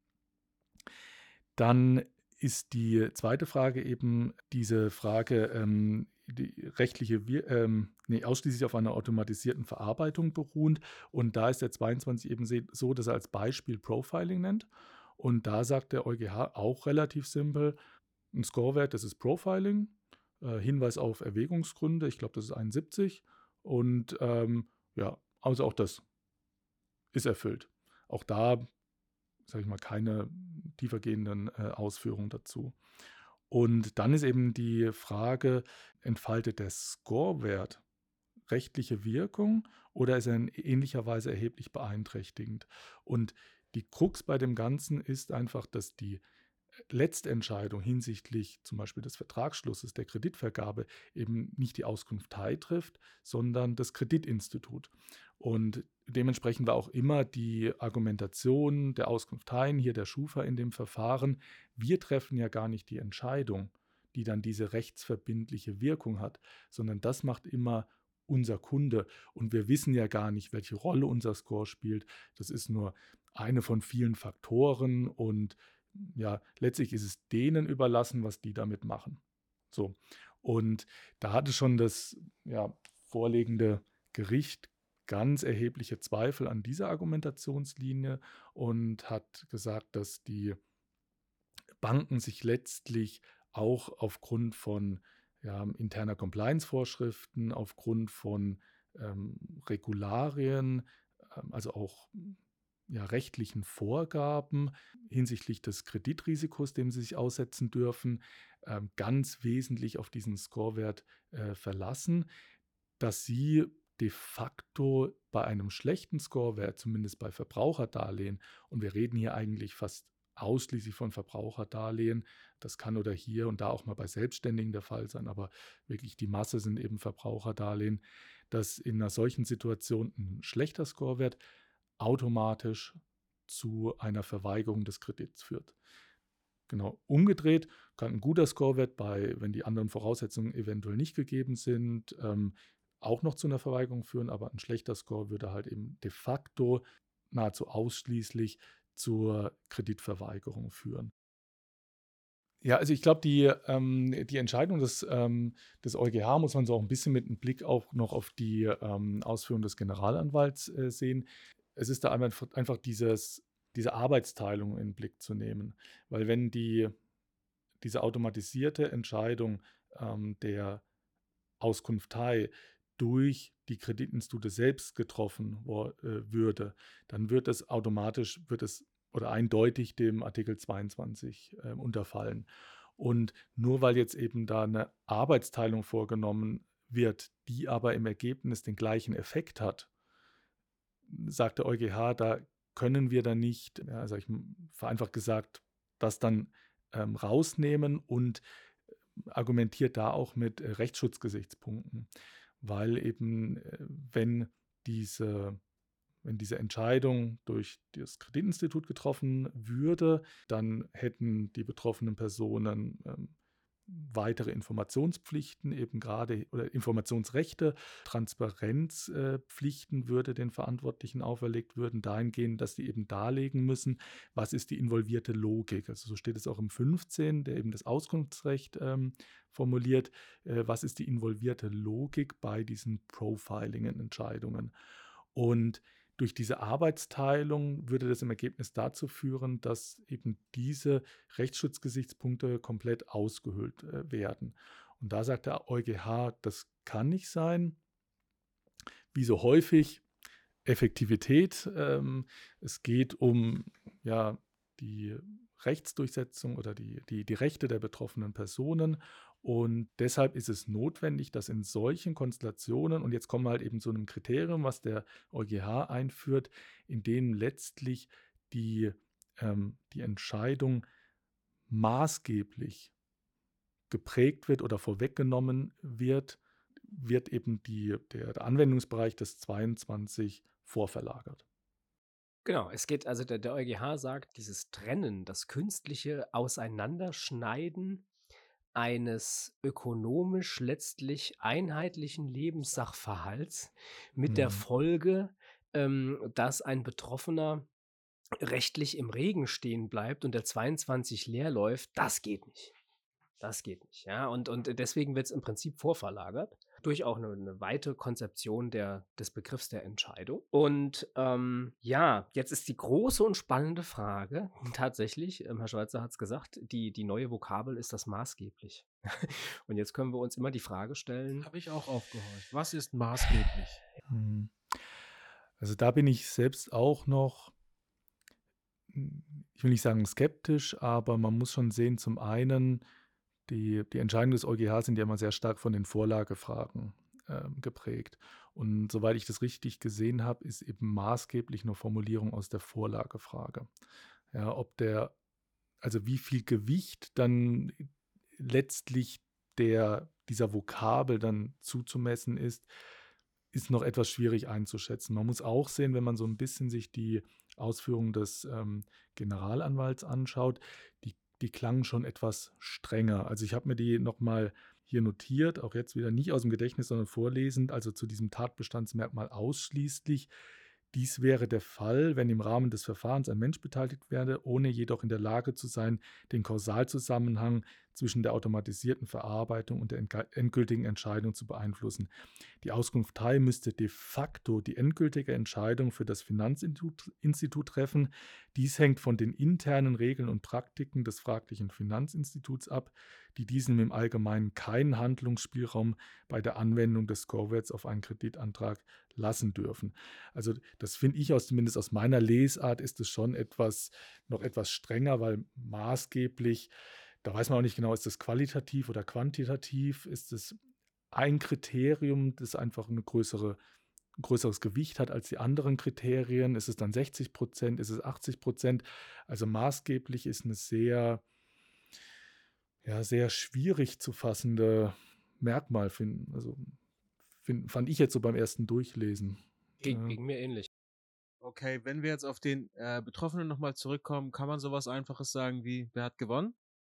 Dann ist die zweite Frage eben diese Frage, ähm, die rechtliche, ähm, nee, ausschließlich auf einer automatisierten Verarbeitung beruhend. Und da ist der zweiundzwanzig eben so, dass er als Beispiel Profiling nennt. Und da sagt der EuGH auch relativ simpel, ein Scorewert, das ist Profiling, äh, Hinweis auf Erwägungsgründe, ich glaube, das ist einundsiebzig. Und ähm, ja, also auch das ist erfüllt. Auch da, sage ich mal, keine tiefergehenden äh, Ausführungen dazu. Und dann ist eben die Frage, entfaltet der Scorewert rechtliche Wirkung oder ist er in ähnlicher Weise erheblich beeinträchtigend? Und die Krux bei dem Ganzen ist einfach, dass die Letztentscheidung hinsichtlich zum Beispiel des Vertragsschlusses, der Kreditvergabe eben nicht die Auskunftei trifft, sondern das Kreditinstitut. Und dementsprechend war auch immer die Argumentation der Auskunfteien, hier der Schufa in dem Verfahren, wir treffen ja gar nicht die Entscheidung, die dann diese rechtsverbindliche Wirkung hat, sondern das macht immer unser Kunde. Und wir wissen ja gar nicht, welche Rolle unser Score spielt. Das ist nur eine von vielen Faktoren und ja, letztlich ist es denen überlassen, was die damit machen. So. Und da hatte schon das ja, vorliegende Gericht ganz erhebliche Zweifel an dieser Argumentationslinie und hat gesagt, dass die Banken sich letztlich auch aufgrund von ja, interner Compliance-Vorschriften, aufgrund von ähm, Regularien, ähm, also auch ja, rechtlichen Vorgaben hinsichtlich des Kreditrisikos, dem sie sich aussetzen dürfen, äh, ganz wesentlich auf diesen Scorewert äh, verlassen, dass sie de facto bei einem schlechten Scorewert, zumindest bei Verbraucherdarlehen, und wir reden hier eigentlich fast ausschließlich von Verbraucherdarlehen, das kann oder hier und da auch mal bei Selbstständigen der Fall sein, aber wirklich die Masse sind eben Verbraucherdarlehen, dass in einer solchen Situation ein schlechter Scorewert automatisch zu einer Verweigerung des Kredits führt. Genau, umgedreht kann ein guter Scorewert bei, wenn die anderen Voraussetzungen eventuell nicht gegeben sind, ähm, auch noch zu einer Verweigerung führen, aber ein schlechter Score würde halt eben de facto nahezu ausschließlich zur Kreditverweigerung führen. Ja, also ich glaube, die, ähm, die Entscheidung des, ähm, des EuGH muss man so auch ein bisschen mit einem Blick auch noch auf die ähm, Ausführungen des Generalanwalts äh, sehen. Es ist da einfach, einfach dieses, diese Arbeitsteilung in den Blick zu nehmen. Weil wenn die, diese automatisierte Entscheidung ähm, der Auskunftei durch die Kreditinstitute selbst getroffen wo, äh, würde, dann wird es automatisch, wird es oder eindeutig dem Artikel zweiundzwanzig äh, unterfallen. Und nur weil jetzt eben da eine Arbeitsteilung vorgenommen wird, die aber im Ergebnis den gleichen Effekt hat, sagt der EuGH, da können wir dann nicht, ja, also ich vereinfacht gesagt, das dann ähm, rausnehmen und argumentiert da auch mit äh, Rechtsschutzgesichtspunkten, weil eben, äh, wenn diese, wenn diese Entscheidung durch das Kreditinstitut getroffen würde, dann hätten die betroffenen Personen ähm, weitere Informationspflichten, eben gerade oder Informationsrechte, Transparenzpflichten äh, würde den Verantwortlichen auferlegt würden, dahingehend, dass die eben darlegen müssen, was ist die involvierte Logik. Also so steht es auch im fünfzehn, der eben das Auskunftsrecht ähm, formuliert, äh, was ist die involvierte Logik bei diesen Profiling-Entscheidungen. Und durch diese Arbeitsteilung würde das im Ergebnis dazu führen, dass eben diese Rechtsschutzgesichtspunkte komplett ausgehöhlt äh, werden. Und da sagt der EuGH, das kann nicht sein. Wie so häufig Effektivität. Ähm, es geht um ja, die Rechtsdurchsetzung oder die, die, die Rechte der betroffenen Personen. Und deshalb ist es notwendig, dass in solchen Konstellationen, und jetzt kommen wir halt eben zu einem Kriterium, was der EuGH einführt, in dem letztlich die, ähm, die Entscheidung maßgeblich geprägt wird oder vorweggenommen wird, wird eben die, der, der Anwendungsbereich des zweiundzwanzig vorverlagert. Genau, es geht, also der, der EuGH sagt, dieses Trennen, das künstliche Auseinanderschneiden eines ökonomisch letztlich einheitlichen Lebenssachverhalts mit der Mhm. Folge, ähm, dass ein Betroffener rechtlich im Regen stehen bleibt und der zweiundzwanzig leer läuft, das geht nicht. Das geht nicht, ja. Und, und deswegen wird es im Prinzip vorverlagert durch auch eine, eine weite Konzeption der, des Begriffs der Entscheidung. Und ähm, ja, jetzt ist die große und spannende Frage, tatsächlich, ähm, Herr Schweitzer hat es gesagt, die, die neue Vokabel ist das maßgeblich. Und jetzt können wir uns immer die Frage stellen. Habe ich auch aufgehorcht. Was ist maßgeblich? Mhm. Also da bin ich selbst auch noch, ich will nicht sagen skeptisch, aber man muss schon sehen, zum einen, die, die Entscheidungen des EuGH sind ja immer sehr stark von den Vorlagefragen ähm, geprägt. Und soweit ich das richtig gesehen habe, ist eben maßgeblich eine Formulierung aus der Vorlagefrage. Ja, ob der, also wie viel Gewicht dann letztlich der, dieser Vokabel dann zuzumessen ist, ist noch etwas schwierig einzuschätzen. Man muss auch sehen, wenn man so ein bisschen sich die Ausführungen des ähm, Generalanwalts anschaut, die, die klangen schon etwas strenger. Also ich habe mir die nochmal hier notiert, auch jetzt wieder nicht aus dem Gedächtnis, sondern vorlesend, also zu diesem Tatbestandsmerkmal ausschließlich. Dies wäre der Fall, wenn im Rahmen des Verfahrens ein Mensch beteiligt werde, ohne jedoch in der Lage zu sein, den Kausalzusammenhang zwischen der automatisierten Verarbeitung und der endgültigen Entscheidung zu beeinflussen. Die Auskunftei müsste de facto die endgültige Entscheidung für das Finanzinstitut Institut treffen. Dies hängt von den internen Regeln und Praktiken des fraglichen Finanzinstituts ab, die diesem im Allgemeinen keinen Handlungsspielraum bei der Anwendung des Scorewerts auf einen Kreditantrag lassen dürfen. Also das finde ich aus, zumindest aus meiner Lesart, ist es schon etwas, noch etwas strenger, weil maßgeblich, da weiß man auch nicht genau, ist das qualitativ oder quantitativ, ist es ein Kriterium, das einfach eine größere, ein größeres Gewicht hat als die anderen Kriterien. Ist es dann sechzig Prozent, ist es achtzig Prozent? Also maßgeblich ist eine sehr, ja, sehr schwierig zu fassende Merkmal, finden. Also find, fand ich jetzt so beim ersten Durchlesen. Ging, Ja. ging mir ähnlich. Okay, wenn wir jetzt auf den äh, Betroffenen nochmal zurückkommen, kann man sowas Einfaches sagen wie, wer hat gewonnen?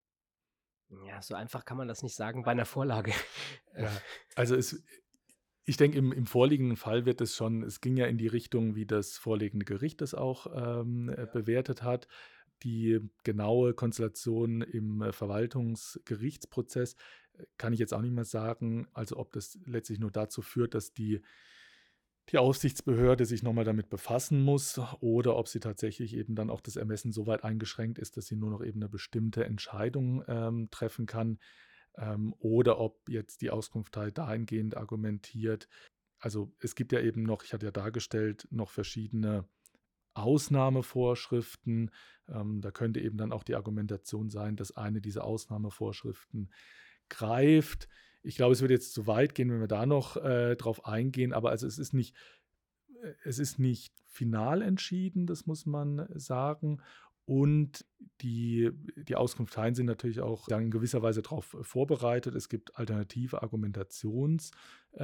Ja, so einfach kann man das nicht sagen bei einer Vorlage. Ja, also es, ich denke, im, im vorliegenden Fall wird es schon, es ging ja in die Richtung, wie das vorliegende Gericht das auch ähm, äh, bewertet hat. Die genaue Konstellation im äh, Verwaltungsgerichtsprozess äh, kann ich jetzt auch nicht mehr sagen. Also ob das letztlich nur dazu führt, dass die, die Aufsichtsbehörde sich nochmal damit befassen muss oder ob sie tatsächlich eben dann auch das Ermessen so weit eingeschränkt ist, dass sie nur noch eben eine bestimmte Entscheidung ähm, treffen kann. Ähm, oder ob jetzt die Auskunftei dahingehend argumentiert. Also es gibt ja eben noch, ich hatte ja dargestellt, noch verschiedene Ausnahmevorschriften. Ähm, da könnte eben dann auch die Argumentation sein, dass eine dieser Ausnahmevorschriften greift. Ich glaube, es würde jetzt zu weit gehen, wenn wir da noch äh, drauf eingehen, aber also es ist nicht, äh, es ist nicht final entschieden, das muss man sagen. Und die, die Auskunfteien sind natürlich auch dann in gewisser Weise darauf vorbereitet. Es gibt alternative Argumentationsmuster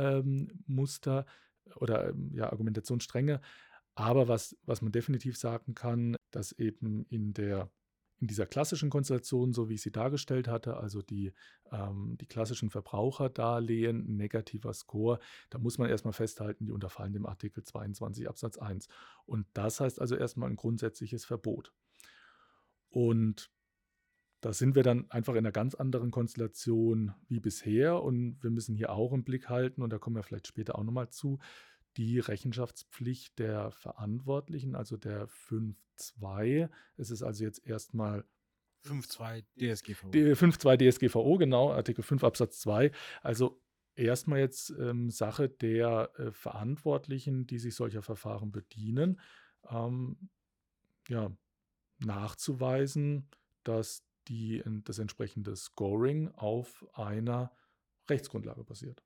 ähm, oder ähm, ja, Argumentationsstränge. Aber was, was man definitiv sagen kann, dass eben in der in dieser klassischen Konstellation, so wie ich sie dargestellt hatte, also die, ähm, die klassischen Verbraucherdarlehen, ein negativer Score, da muss man erstmal festhalten, die unterfallen dem Artikel zweiundzwanzig Absatz eins. Und das heißt also erstmal ein grundsätzliches Verbot. Und da sind wir dann einfach in einer ganz anderen Konstellation wie bisher. Und wir müssen hier auch im Blick halten, und da kommen wir vielleicht später auch nochmal zu, die Rechenschaftspflicht der Verantwortlichen, also der fünf Punkt zwei. Es ist also jetzt erstmal fünf Punkt zwei D S G V O. die fünf Punkt zwei D S G V O, genau, Artikel fünf Absatz zwei. Also erstmal jetzt ähm, Sache der äh, Verantwortlichen, die sich solcher Verfahren bedienen, ähm, ja, nachzuweisen, dass die, das entsprechende Scoring auf einer Rechtsgrundlage basiert.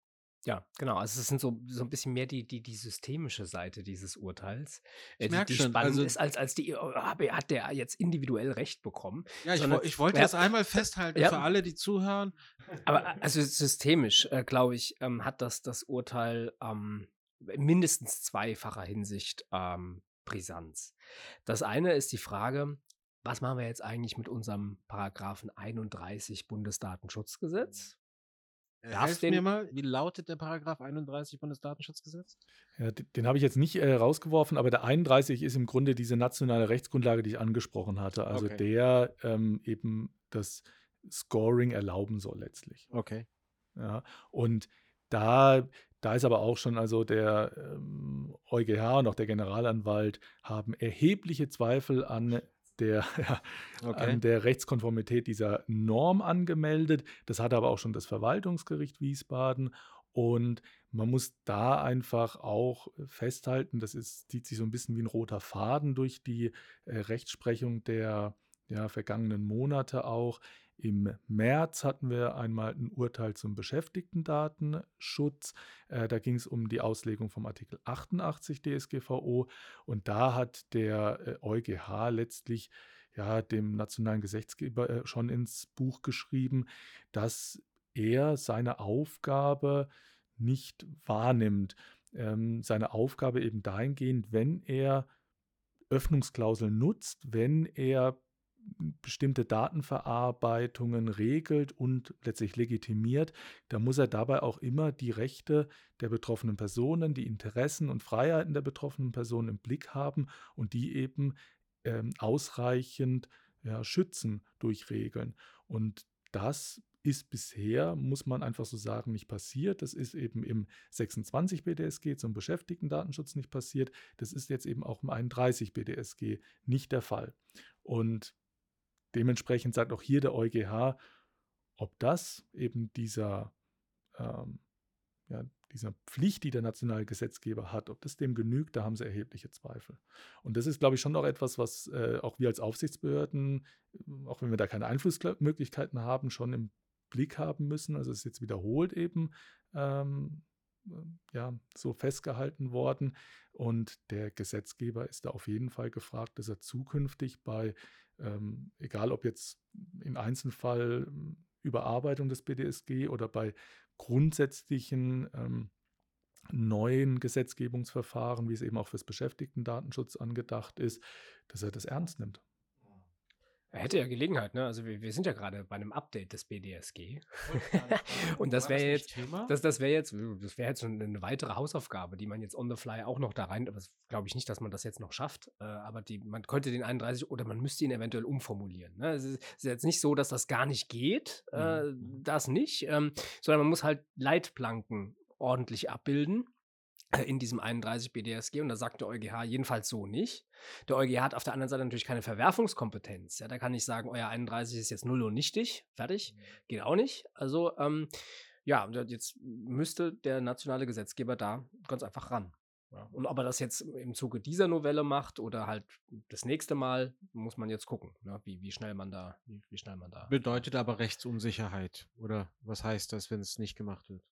Ja, genau. Also es sind so, so ein bisschen mehr die, die, die systemische Seite dieses Urteils, Ich äh, die, merk die schon, spannend also- ist, als, als die, oh, hat der jetzt individuell Recht bekommen. Ja, ich, Sondern- woll- ich wollte Ja, das einmal festhalten Ja. für alle, die zuhören. Aber äh, also systemisch, äh, glaube ich, ähm, hat das das Urteil ähm, in mindestens zweifacher Hinsicht ähm, Brisanz. Das eine ist die Frage, was machen wir jetzt eigentlich mit unserem Paragraphen einunddreißig Bundesdatenschutzgesetz? Äh, Darf's Helft den- mir mal, wie lautet der Paragraph einunddreißig Bundesdatenschutzgesetz? Ja, den den habe ich jetzt nicht äh, rausgeworfen, aber der einunddreißig ist im Grunde diese nationale Rechtsgrundlage, die ich angesprochen hatte. Also Okay. der ähm, eben das Scoring erlauben soll letztlich. Okay. Ja, und da, da ist aber auch schon, also der ähm, EuGH und auch der Generalanwalt haben erhebliche Zweifel an der, ja, Okay. an der Rechtskonformität dieser Norm angemeldet. Das hatte aber auch schon das Verwaltungsgericht Wiesbaden. Und man muss da einfach auch festhalten, das ist, zieht sich so ein bisschen wie ein roter Faden durch die äh, Rechtsprechung der ja, vergangenen Monate auch. Im März hatten wir einmal ein Urteil zum Beschäftigtendatenschutz. Äh, da ging es um die Auslegung vom Artikel achtundachtzig D S G V O. Und da hat der äh, EuGH letztlich ja, dem nationalen Gesetzgeber äh, schon ins Buch geschrieben, dass er seine Aufgabe nicht wahrnimmt. Ähm, seine Aufgabe eben dahingehend, wenn er Öffnungsklauseln nutzt, wenn er bestimmte Datenverarbeitungen regelt und letztlich legitimiert, da muss er dabei auch immer die Rechte der betroffenen Personen, die Interessen und Freiheiten der betroffenen Personen im Blick haben und die eben ähm, ausreichend ja, schützen durch Regeln. Und das ist bisher, muss man einfach so sagen, nicht passiert. Das ist eben im sechsundzwanzig B D S G zum Beschäftigtendatenschutz nicht passiert. Das ist jetzt eben auch im einunddreißig B D S G nicht der Fall. Und dementsprechend sagt auch hier der EuGH, ob das eben dieser, ähm, ja, dieser Pflicht, die der nationale Gesetzgeber hat, ob das dem genügt, da haben sie erhebliche Zweifel. Und das ist, glaube ich, schon auch etwas, was äh, auch wir als Aufsichtsbehörden, auch wenn wir da keine Einflussmöglichkeiten haben, schon im Blick haben müssen. Also es ist jetzt wiederholt eben ähm, ja, so festgehalten worden. Und der Gesetzgeber ist da auf jeden Fall gefragt, dass er zukünftig bei, ähm, egal ob jetzt im Einzelfall Überarbeitung des B D S G oder bei grundsätzlichen ähm, neuen Gesetzgebungsverfahren, wie es eben auch fürs Beschäftigtendatenschutz angedacht ist, dass er das ernst nimmt. Er hätte ja Gelegenheit, ne? Also wir, wir sind ja gerade bei einem Update des B D S G. Und das War wäre nicht jetzt, Thema? das, das wäre jetzt, das wäre jetzt schon eine weitere Hausaufgabe, die man jetzt on the fly auch noch da rein, aber glaube ich nicht, dass man das jetzt noch schafft. Äh, aber die, man könnte den einunddreißig oder man müsste ihn eventuell umformulieren. Ne? Es ist, es ist jetzt nicht so, dass das gar nicht geht, äh, Mhm. das nicht, ähm, sondern man muss halt Leitplanken ordentlich abbilden in diesem einunddreißig B D S G und da sagt der EuGH jedenfalls so nicht. Der EuGH hat auf der anderen Seite natürlich keine Verwerfungskompetenz. Ja, da kann ich sagen, euer einunddreißig ist jetzt null und nichtig, fertig, geht auch nicht. Also ähm, ja, und jetzt müsste der nationale Gesetzgeber da ganz einfach ran. Ja. Und ob er das jetzt im Zuge dieser Novelle macht oder halt das nächste Mal, muss man jetzt gucken, ne, wie, wie schnell man da, wie, wie schnell man da. Bedeutet aber Rechtsunsicherheit. Oder was heißt das, wenn es nicht gemacht wird?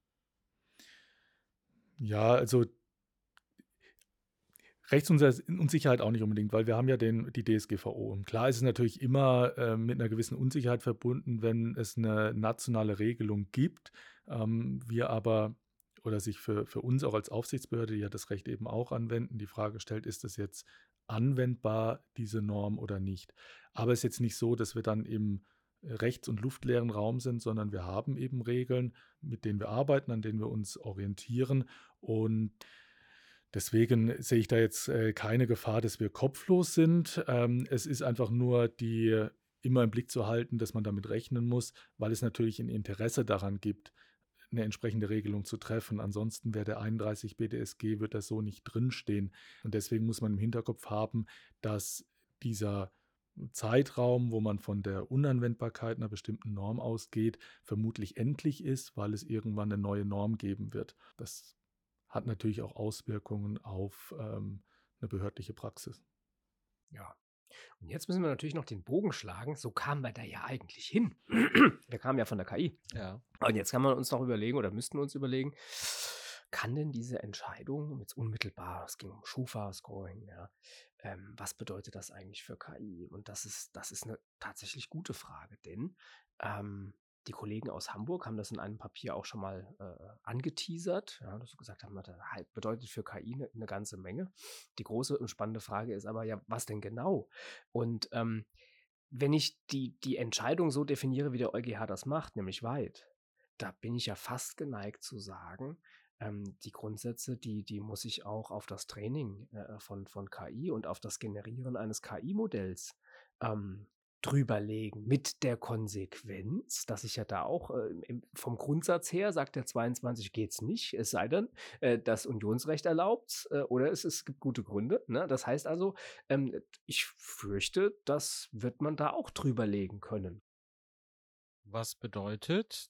Ja, also Rechtsunsicherheit auch nicht unbedingt, weil wir haben ja den, die D S G V O. Klar ist es natürlich immer äh, mit einer gewissen Unsicherheit verbunden, wenn es eine nationale Regelung gibt. Ähm, wir aber oder sich für, für uns auch als Aufsichtsbehörde, die ja das Recht eben auch anwenden, die Frage stellt, ist das jetzt anwendbar, diese Norm oder nicht. Aber es ist jetzt nicht so, dass wir dann im rechts- und luftleeren Raum sind, sondern wir haben eben Regeln, mit denen wir arbeiten, an denen wir uns orientieren und deswegen sehe ich da jetzt äh, keine Gefahr, dass wir kopflos sind. Ähm, es ist einfach nur die immer im Blick zu halten, dass man damit rechnen muss, weil es natürlich ein Interesse daran gibt, eine entsprechende Regelung zu treffen. Ansonsten wäre der einunddreißig B D S G, wird das so nicht drinstehen. Und deswegen muss man im Hinterkopf haben, dass dieser Zeitraum, wo man von der Unanwendbarkeit einer bestimmten Norm ausgeht, vermutlich endlich ist, weil es irgendwann eine neue Norm geben wird. Das hat natürlich auch Auswirkungen auf ähm, eine behördliche Praxis. Ja. Und jetzt müssen wir natürlich noch den Bogen schlagen. So kamen wir da ja eigentlich hin. Wir kamen ja von der K I. Ja. Und jetzt kann man uns noch überlegen oder müssten wir uns überlegen, kann denn diese Entscheidung jetzt unmittelbar, es ging um Schufa-Scoring, ja, ähm, was bedeutet das eigentlich für K I? Und das ist, das ist eine tatsächlich gute Frage, denn ähm, die Kollegen aus Hamburg haben das in einem Papier auch schon mal äh, angeteasert, ja, dass sie gesagt haben, das halt bedeutet für K I eine, eine ganze Menge. Die große und spannende Frage ist aber, ja, was denn genau? Und ähm, wenn ich die, die Entscheidung so definiere, wie der EuGH das macht, nämlich weit, da bin ich ja fast geneigt zu sagen, ähm, die Grundsätze, die, die muss ich auch auf das Training äh, von, von K I und auf das Generieren eines K I-Modells ähm, drüberlegen, mit der Konsequenz, dass ich ja da auch äh, im, vom Grundsatz her, sagt der zweiundzwanzig, geht's nicht, es sei denn, äh, das Unionsrecht erlaubt äh, oder es, es gibt gute Gründe. Ne? Das heißt also, ähm, ich fürchte, das wird man da auch drüberlegen können. Was bedeutet?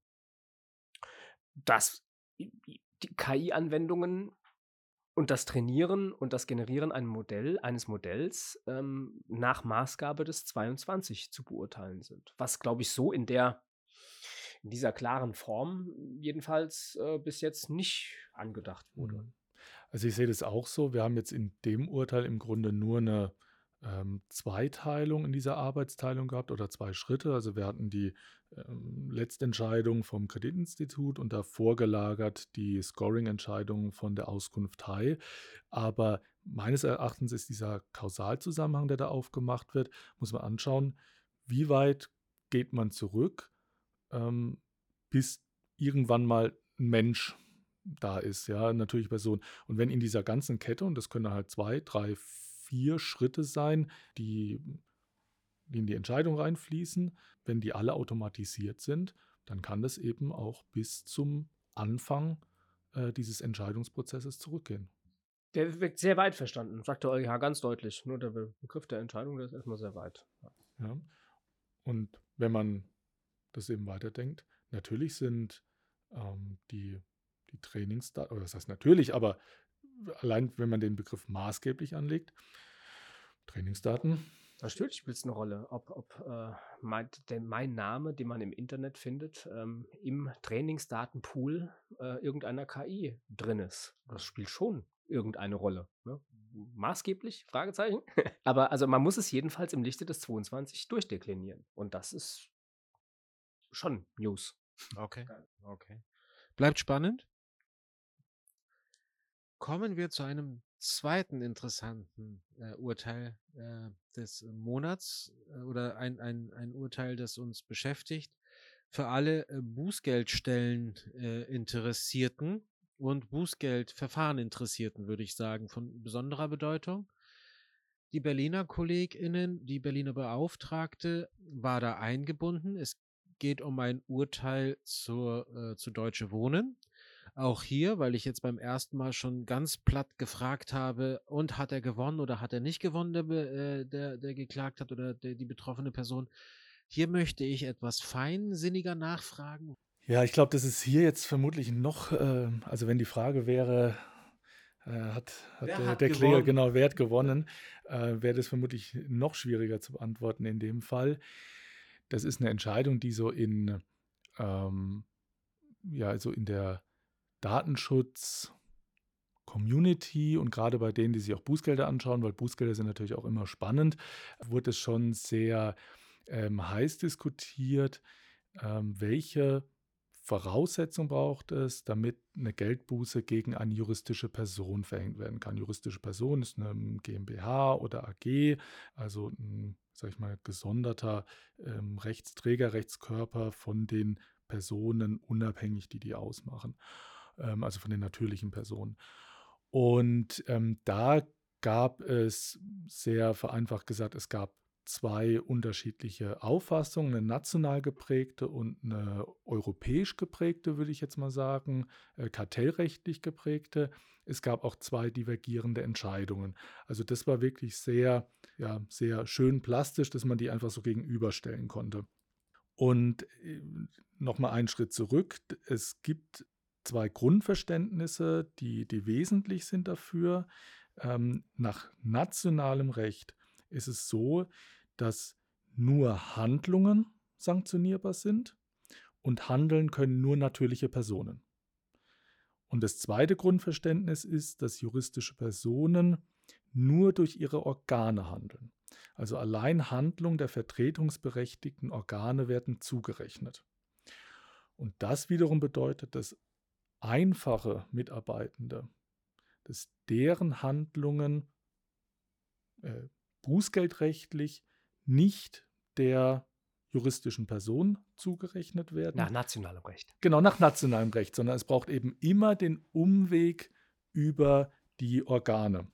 Dass die K I-Anwendungen und das Trainieren und das Generieren ein Modell, eines Modells ähm, nach Maßgabe des zweiundzwanzig zu beurteilen sind. Was, glaube ich, so in der in dieser klaren Form jedenfalls äh, bis jetzt nicht angedacht wurde. Also ich sehe das auch so. Wir haben jetzt in dem Urteil im Grunde nur eine ähm, Zweiteilung in dieser Arbeitsteilung gehabt oder zwei Schritte. Also wir hatten die ähm, Letztentscheidung vom Kreditinstitut und davor gelagert die Scoring-Entscheidung von der Auskunft Hai. Aber meines Erachtens ist dieser Kausalzusammenhang, der da aufgemacht wird, muss man anschauen, wie weit geht man zurück, ähm, bis irgendwann mal ein Mensch da ist, ja, natürlich Person. Und wenn in dieser ganzen Kette, und das können halt zwei, drei, vier Schritte sein, die, die in die Entscheidung reinfließen, wenn die alle automatisiert sind, dann kann das eben auch bis zum Anfang äh, dieses Entscheidungsprozesses zurückgehen. Der wirkt sehr weit verstanden, sagt der EuGH ganz deutlich. Nur der Begriff der Entscheidung, der ist erstmal sehr weit. Ja. Ja. Und wenn man das eben weiterdenkt, natürlich sind ähm, die Die Trainingsdaten, oder das heißt natürlich, aber allein wenn man den Begriff maßgeblich anlegt, Trainingsdaten. Natürlich spielt es eine Rolle, ob, ob äh, mein, denn mein Name, den man im Internet findet, ähm, im Trainingsdatenpool äh, irgendeiner K I drin ist. Das spielt schon irgendeine Rolle. Ne? Maßgeblich? Fragezeichen. Aber also man muss es jedenfalls im Lichte des zweiundzwanzig durchdeklinieren. Und das ist schon News. Okay, okay. Bleibt spannend. Kommen wir zu einem zweiten interessanten äh, Urteil äh, des Monats äh, oder ein, ein, ein Urteil, das uns beschäftigt. Für alle äh, Bußgeldstellen äh, Interessierten und Bußgeldverfahren Interessierten, würde ich sagen, von besonderer Bedeutung. Die Berliner KollegInnen, die Berliner Beauftragte war da eingebunden. Es geht um ein Urteil zur, äh, zu Deutsche Wohnen. Auch hier, weil ich jetzt beim ersten Mal schon ganz platt gefragt habe, und hat er gewonnen oder hat er nicht gewonnen, der, äh, der, der geklagt hat oder der, die betroffene Person. Hier möchte ich etwas feinsinniger nachfragen. Ja, ich glaube, das ist hier jetzt vermutlich noch, äh, also wenn die Frage wäre, äh, hat, hat, Wer der, hat der Kläger gewonnen? genau Wert gewonnen, äh, wäre das vermutlich noch schwieriger zu beantworten in dem Fall. Das ist eine Entscheidung, die so in, ähm, ja, so in der Datenschutz-Community und gerade bei denen, die sich auch Bußgelder anschauen, weil Bußgelder sind natürlich auch immer spannend, wurde es schon sehr ähm, heiß diskutiert, ähm, welche Voraussetzung braucht es, damit eine Geldbuße gegen eine juristische Person verhängt werden kann. Juristische Person ist eine GmbH oder A G, also ein, sag ich mal, gesonderter ähm, Rechtsträger, Rechtskörper von den Personen unabhängig, die die ausmachen, ähm, also von den natürlichen Personen. Und ähm, da gab es, sehr vereinfacht gesagt, es gab zwei unterschiedliche Auffassungen, eine national geprägte und eine europäisch geprägte, würde ich jetzt mal sagen, äh, kartellrechtlich geprägte. Es gab auch zwei divergierende Entscheidungen. Also das war wirklich sehr, ja, sehr schön plastisch, dass man die einfach so gegenüberstellen konnte. Und äh, nochmal einen Schritt zurück. Es gibt zwei Grundverständnisse, die, die wesentlich sind dafür. Ähm, nach nationalem Recht ist es so, dass nur Handlungen sanktionierbar sind und handeln können nur natürliche Personen. Und das zweite Grundverständnis ist, dass juristische Personen nur durch ihre Organe handeln. Also allein Handlungen der vertretungsberechtigten Organe werden zugerechnet. Und das wiederum bedeutet, dass einfache Mitarbeitende, dass deren Handlungen äh, bußgeldrechtlich nicht der juristischen Person zugerechnet werden. Nach nationalem Recht. Genau, nach nationalem Recht, sondern es braucht eben immer den Umweg über die Organe.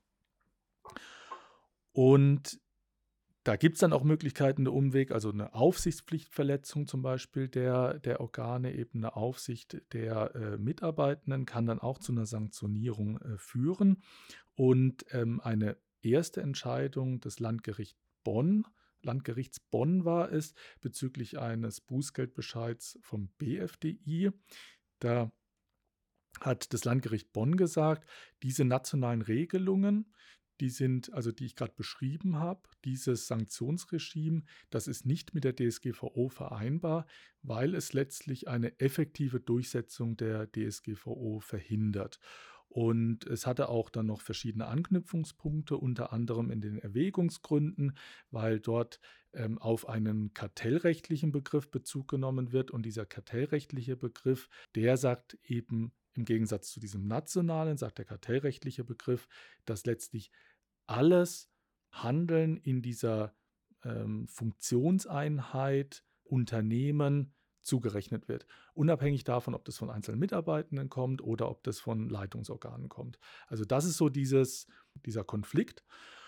Und da gibt es dann auch Möglichkeiten, der Umweg, also eine Aufsichtspflichtverletzung zum Beispiel der, der Organe, eben eine Aufsicht der äh, Mitarbeitenden kann dann auch zu einer Sanktionierung äh, führen. Und ähm, eine erste Entscheidung des Landgerichts Bonn, Landgerichts Bonn war es, bezüglich eines Bußgeldbescheids vom B F D I. Da hat das Landgericht Bonn gesagt, diese nationalen Regelungen, die sind, also die ich gerade beschrieben habe, dieses Sanktionsregime, das ist nicht mit der D S G V O vereinbar, weil es letztlich eine effektive Durchsetzung der D S G V O verhindert. Und es hatte auch dann noch verschiedene Anknüpfungspunkte, unter anderem in den Erwägungsgründen, weil dort ähm, auf einen kartellrechtlichen Begriff Bezug genommen wird. Und dieser kartellrechtliche Begriff, der sagt eben im Gegensatz zu diesem nationalen, sagt der kartellrechtliche Begriff, dass letztlich alles Handeln in dieser ähm, Funktionseinheit Unternehmen zugerechnet wird. Unabhängig davon, ob das von einzelnen Mitarbeitenden kommt oder ob das von Leitungsorganen kommt. Also das ist so dieses, dieser Konflikt.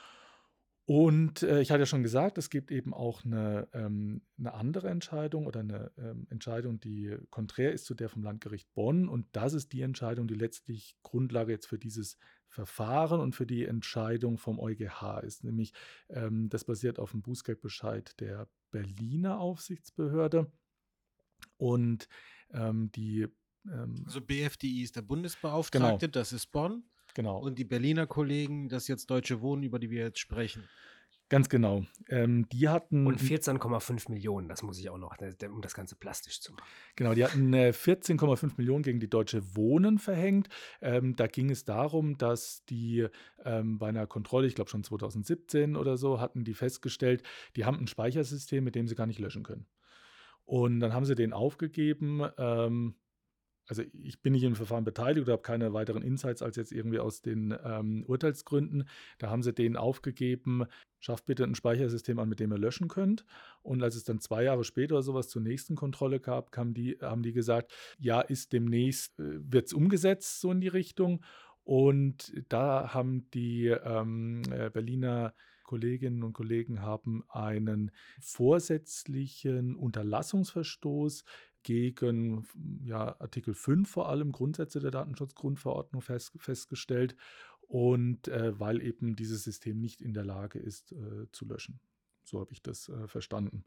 Und äh, ich hatte ja schon gesagt, es gibt eben auch eine, ähm, eine andere Entscheidung oder eine ähm, Entscheidung, die konträr ist zu der vom Landgericht Bonn. Und das ist die Entscheidung, die letztlich Grundlage jetzt für dieses Verfahren und für die Entscheidung vom EuGH ist. Nämlich, ähm, das basiert auf dem Bußgeldbescheid der Berliner Aufsichtsbehörde. Und ähm, die ähm, Also B F D I ist der Bundesbeauftragte, Genau. das ist Bonn. genau. Und die Berliner Kollegen, das ist jetzt Deutsche Wohnen, über die wir jetzt sprechen. Ganz genau. Ähm, die hatten Und vierzehn Komma fünf Millionen, das muss ich auch noch, um das Ganze plastisch zu machen. Genau, die hatten äh, vierzehn Komma fünf Millionen gegen die Deutsche Wohnen verhängt. Ähm, da ging es darum, dass die ähm, bei einer Kontrolle, ich glaube schon zwanzig siebzehn oder so, hatten die festgestellt, die haben ein Speichersystem, mit dem sie gar nicht löschen können. Und dann haben sie den aufgegeben. Ähm, also ich bin nicht im Verfahren beteiligt oder habe keine weiteren Insights als jetzt irgendwie aus den ähm, Urteilsgründen. Da haben sie denen aufgegeben, schafft bitte ein Speichersystem an, mit dem ihr löschen könnt. Und als es dann zwei Jahre später oder sowas zur nächsten Kontrolle gab, kam die, haben die gesagt, ja, ist demnächst, äh, wird es umgesetzt, so in die Richtung. Und da haben die ähm, äh, Berliner Kolleginnen und Kollegen haben einen vorsätzlichen Unterlassungsverstoß gegen ja, Artikel fünf vor allem, Grundsätze der Datenschutzgrundverordnung fest, festgestellt und äh, weil eben dieses System nicht in der Lage ist äh, zu löschen. So habe ich das äh, verstanden.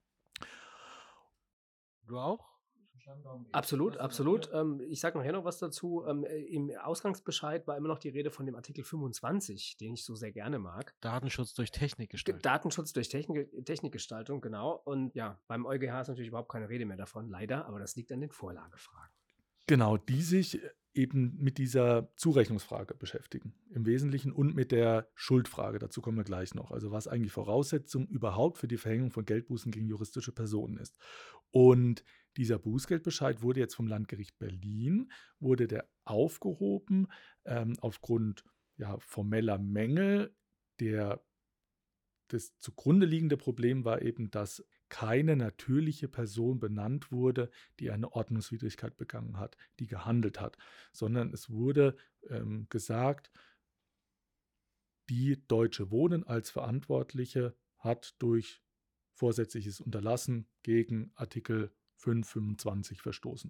Du auch? Absolut, absolut. Ähm, ich sage nachher noch was dazu. Ähm, im Ausgangsbescheid war immer noch die Rede von dem Artikel fünfundzwanzig, den ich so sehr gerne mag. Datenschutz durch Technikgestaltung. Datenschutz durch Technik, Technikgestaltung, genau. Und ja, beim EuGH ist natürlich überhaupt keine Rede mehr davon, leider, aber das liegt an den Vorlagefragen. Genau, die sich eben mit dieser Zurechnungsfrage beschäftigen, im Wesentlichen und mit der Schuldfrage, dazu kommen wir gleich noch, also was eigentlich Voraussetzung überhaupt für die Verhängung von Geldbußen gegen juristische Personen ist. Und dieser Bußgeldbescheid wurde jetzt vom Landgericht Berlin, wurde der aufgehoben ähm, aufgrund ja, formeller Mängel. Der, das zugrunde liegende Problem war eben, dass keine natürliche Person benannt wurde, die eine Ordnungswidrigkeit begangen hat, die gehandelt hat, sondern es wurde ähm, gesagt, die Deutsche Wohnen als Verantwortliche hat durch vorsätzliches Unterlassen gegen Artikel fünf fünfundzwanzig verstoßen.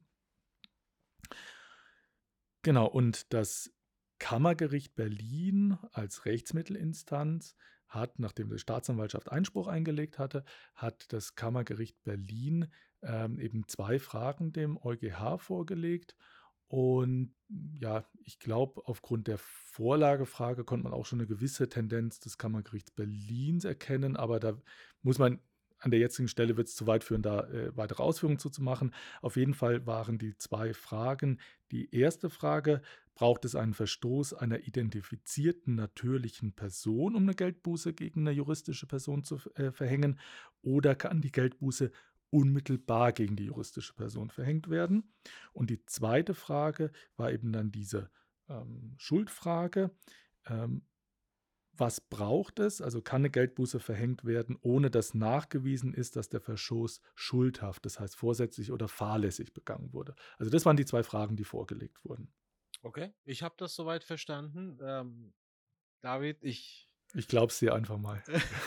Genau, und das Kammergericht Berlin als Rechtsmittelinstanz hat, nachdem die Staatsanwaltschaft Einspruch eingelegt hatte, hat das Kammergericht Berlin ähm, eben zwei Fragen dem EuGH vorgelegt. Und ja, ich glaube, aufgrund der Vorlagefrage konnte man auch schon eine gewisse Tendenz des Kammergerichts Berlins erkennen, aber da muss man an der jetzigen Stelle wird es zu weit führen, da äh, weitere Ausführungen zu, zu machen. Auf jeden Fall waren die zwei Fragen. Die erste Frage: Braucht es einen Verstoß einer identifizierten natürlichen Person, um eine Geldbuße gegen eine juristische Person zu äh, verhängen, oder kann die Geldbuße unmittelbar gegen die juristische Person verhängt werden? Und die zweite Frage war eben dann diese ähm, Schuldfrage. Ähm, Was braucht es? Also kann eine Geldbuße verhängt werden, ohne dass nachgewiesen ist, dass der Verstoß schuldhaft, das heißt vorsätzlich oder fahrlässig begangen wurde. Also das waren die zwei Fragen, die vorgelegt wurden. Okay, ich habe das soweit verstanden. Ähm, David, ich. Ich glaube es dir einfach mal.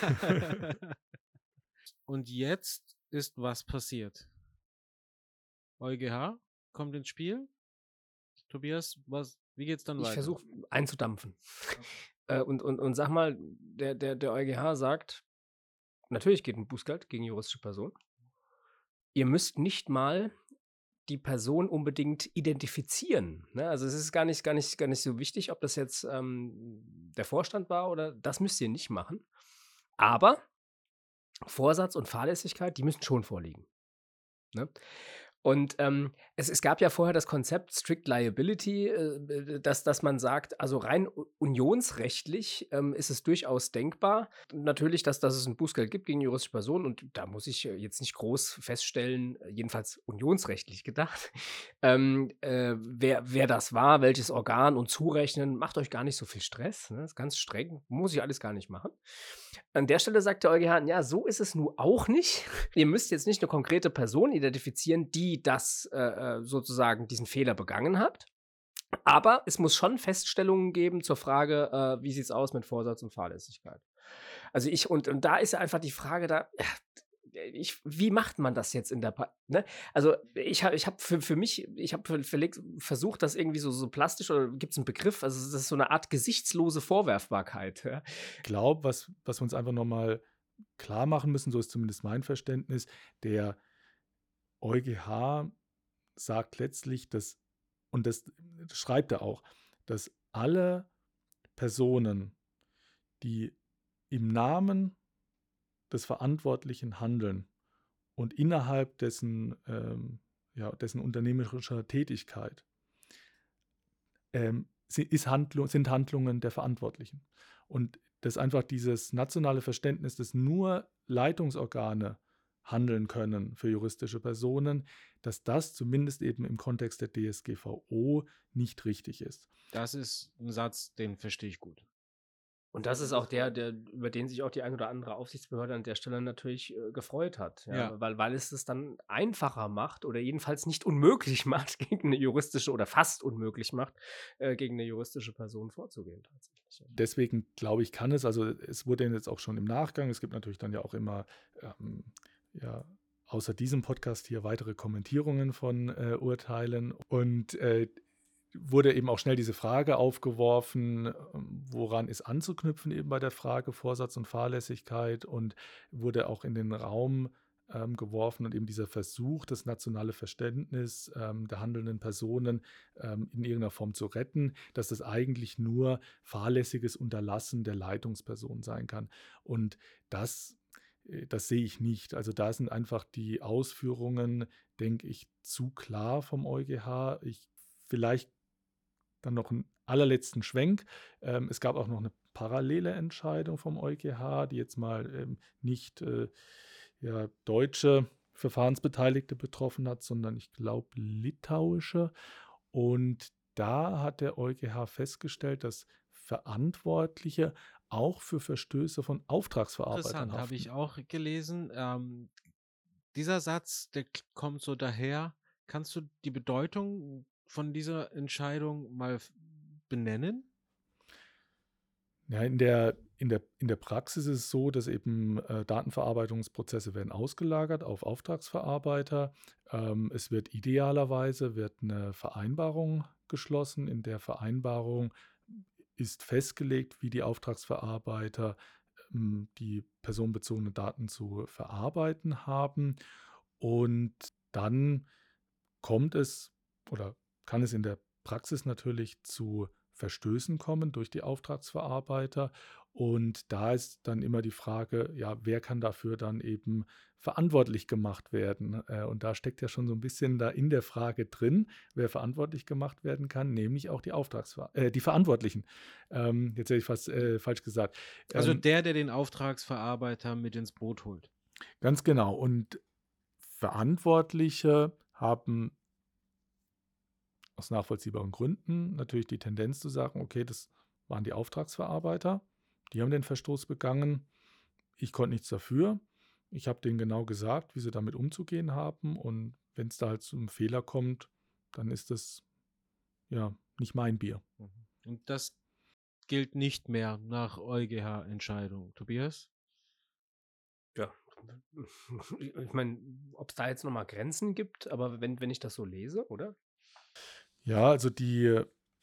Und jetzt ist was passiert. EuGH kommt ins Spiel. Tobias, was, wie geht's dann Ich weiter? versuche einzudampfen. Äh, und, und, und sag mal, der, der, der EuGH sagt, natürlich geht ein Bußgeld gegen juristische Person. Ihr müsst nicht mal die Person unbedingt identifizieren. Ne? Also es ist gar nicht, gar nicht, gar nicht so wichtig, ob das jetzt ähm, der Vorstand war oder das müsst ihr nicht machen. Aber Vorsatz und Fahrlässigkeit, die müssen schon vorliegen. Ne? Und ähm, es, es gab ja vorher das Konzept Strict Liability, äh, dass, dass man sagt, also rein u- unionsrechtlich ähm, ist es durchaus denkbar. Natürlich, dass, dass es ein Bußgeld gibt gegen juristische Personen und da muss ich äh, jetzt nicht groß feststellen, äh, jedenfalls unionsrechtlich gedacht, ähm, äh, wer, wer das war, welches Organ und zurechnen, macht euch gar nicht so viel Stress. Ne? Das ist ganz streng, muss ich alles gar nicht machen. An der Stelle sagt der EuGH, ja, so ist es nun auch nicht. Ihr müsst jetzt nicht eine konkrete Person identifizieren, die das äh, äh, sozusagen diesen Fehler begangen hat. Aber es muss schon Feststellungen geben zur Frage, äh, wie sieht es aus mit Vorsatz und Fahrlässigkeit. Also ich, und, und da ist ja einfach die Frage da, ja, ich, wie macht man das jetzt in der, Pa- ne? Also ich habe ich hab für, für mich, ich habe versucht, das irgendwie so, so plastisch, oder gibt es einen Begriff, also das ist so eine Art gesichtslose Vorwerfbarkeit. Ja? Ich glaube, was, was wir uns einfach nochmal klar machen müssen, so ist zumindest mein Verständnis, der EuGH sagt letztlich, dass, und das schreibt er auch, dass alle Personen, die im Namen des Verantwortlichen handeln und innerhalb dessen, ähm, ja, dessen unternehmerischer Tätigkeit, ähm, si- ist Handlung, sind Handlungen der Verantwortlichen. Und dass einfach dieses nationale Verständnis, dass nur Leitungsorgane handeln können für juristische Personen, dass das zumindest eben im Kontext der D S G V O nicht richtig ist. Das ist ein Satz, den verstehe ich gut. Und das ist auch der, der, über den sich auch die ein oder andere Aufsichtsbehörde an der Stelle natürlich äh, gefreut hat. Ja? Ja. Weil, weil es es dann einfacher macht oder jedenfalls nicht unmöglich macht, gegen eine juristische oder fast unmöglich macht, äh, gegen eine juristische Person vorzugehen tatsächlich. Ja. Deswegen glaube ich, kann es, also es wurde jetzt auch schon im Nachgang, es gibt natürlich dann ja auch immer, ähm, ja, außer diesem Podcast hier weitere Kommentierungen von äh, Urteilen und äh, wurde eben auch schnell diese Frage aufgeworfen, ähm, woran ist anzuknüpfen eben bei der Frage Vorsatz und Fahrlässigkeit, und wurde auch in den Raum ähm, geworfen und eben dieser Versuch, das nationale Verständnis ähm, der handelnden Personen ähm, in irgendeiner Form zu retten, dass das eigentlich nur fahrlässiges Unterlassen der Leitungsperson sein kann. Und das, äh, das sehe ich nicht. Also da sind einfach die Ausführungen, denke ich, zu klar vom EuGH. Ich vielleicht dann noch einen allerletzten Schwenk. Ähm, es gab auch noch eine parallele Entscheidung vom EuGH, die jetzt mal ähm, nicht äh, ja, deutsche Verfahrensbeteiligte betroffen hat, sondern ich glaube litauische. Und da hat der EuGH festgestellt, dass Verantwortliche auch für Verstöße von Auftragsverarbeitern Interessant, habe haften. ich auch gelesen. Ähm, dieser Satz, der k- kommt so daher. Kannst du die Bedeutung von dieser Entscheidung mal f- benennen? Ja, in der In der, in der Praxis ist es so, dass eben äh, Datenverarbeitungsprozesse werden ausgelagert auf Auftragsverarbeiter. Ähm, es wird idealerweise wird eine Vereinbarung geschlossen. In der Vereinbarung ist festgelegt, wie die Auftragsverarbeiter ähm, die personenbezogenen Daten zu verarbeiten haben. Und dann kommt es oder kann es in der Praxis natürlich zu Verstößen kommen durch die Auftragsverarbeiter. Und da ist dann immer die Frage, ja, wer kann dafür dann eben verantwortlich gemacht werden? Äh, Und da steckt ja schon so ein bisschen da in der Frage drin, wer verantwortlich gemacht werden kann, nämlich auch die Auftragsver äh, die Verantwortlichen. Ähm, jetzt hätte ich fast äh, falsch gesagt. Also Ähm, der, der den Auftragsverarbeiter mit ins Boot holt. Ganz genau. Und Verantwortliche haben aus nachvollziehbaren Gründen natürlich die Tendenz zu sagen, okay, das waren die Auftragsverarbeiter, die haben den Verstoß begangen, ich konnte nichts dafür, ich habe denen genau gesagt, wie sie damit umzugehen haben und wenn es da halt zu einem Fehler kommt, dann ist das ja nicht mein Bier. Mhm. Und das gilt nicht mehr nach EuGH-Entscheidung. Tobias? Ja. Ich meine, ob es da jetzt nochmal Grenzen gibt, aber wenn, wenn ich das so lese, oder? Ja, also die,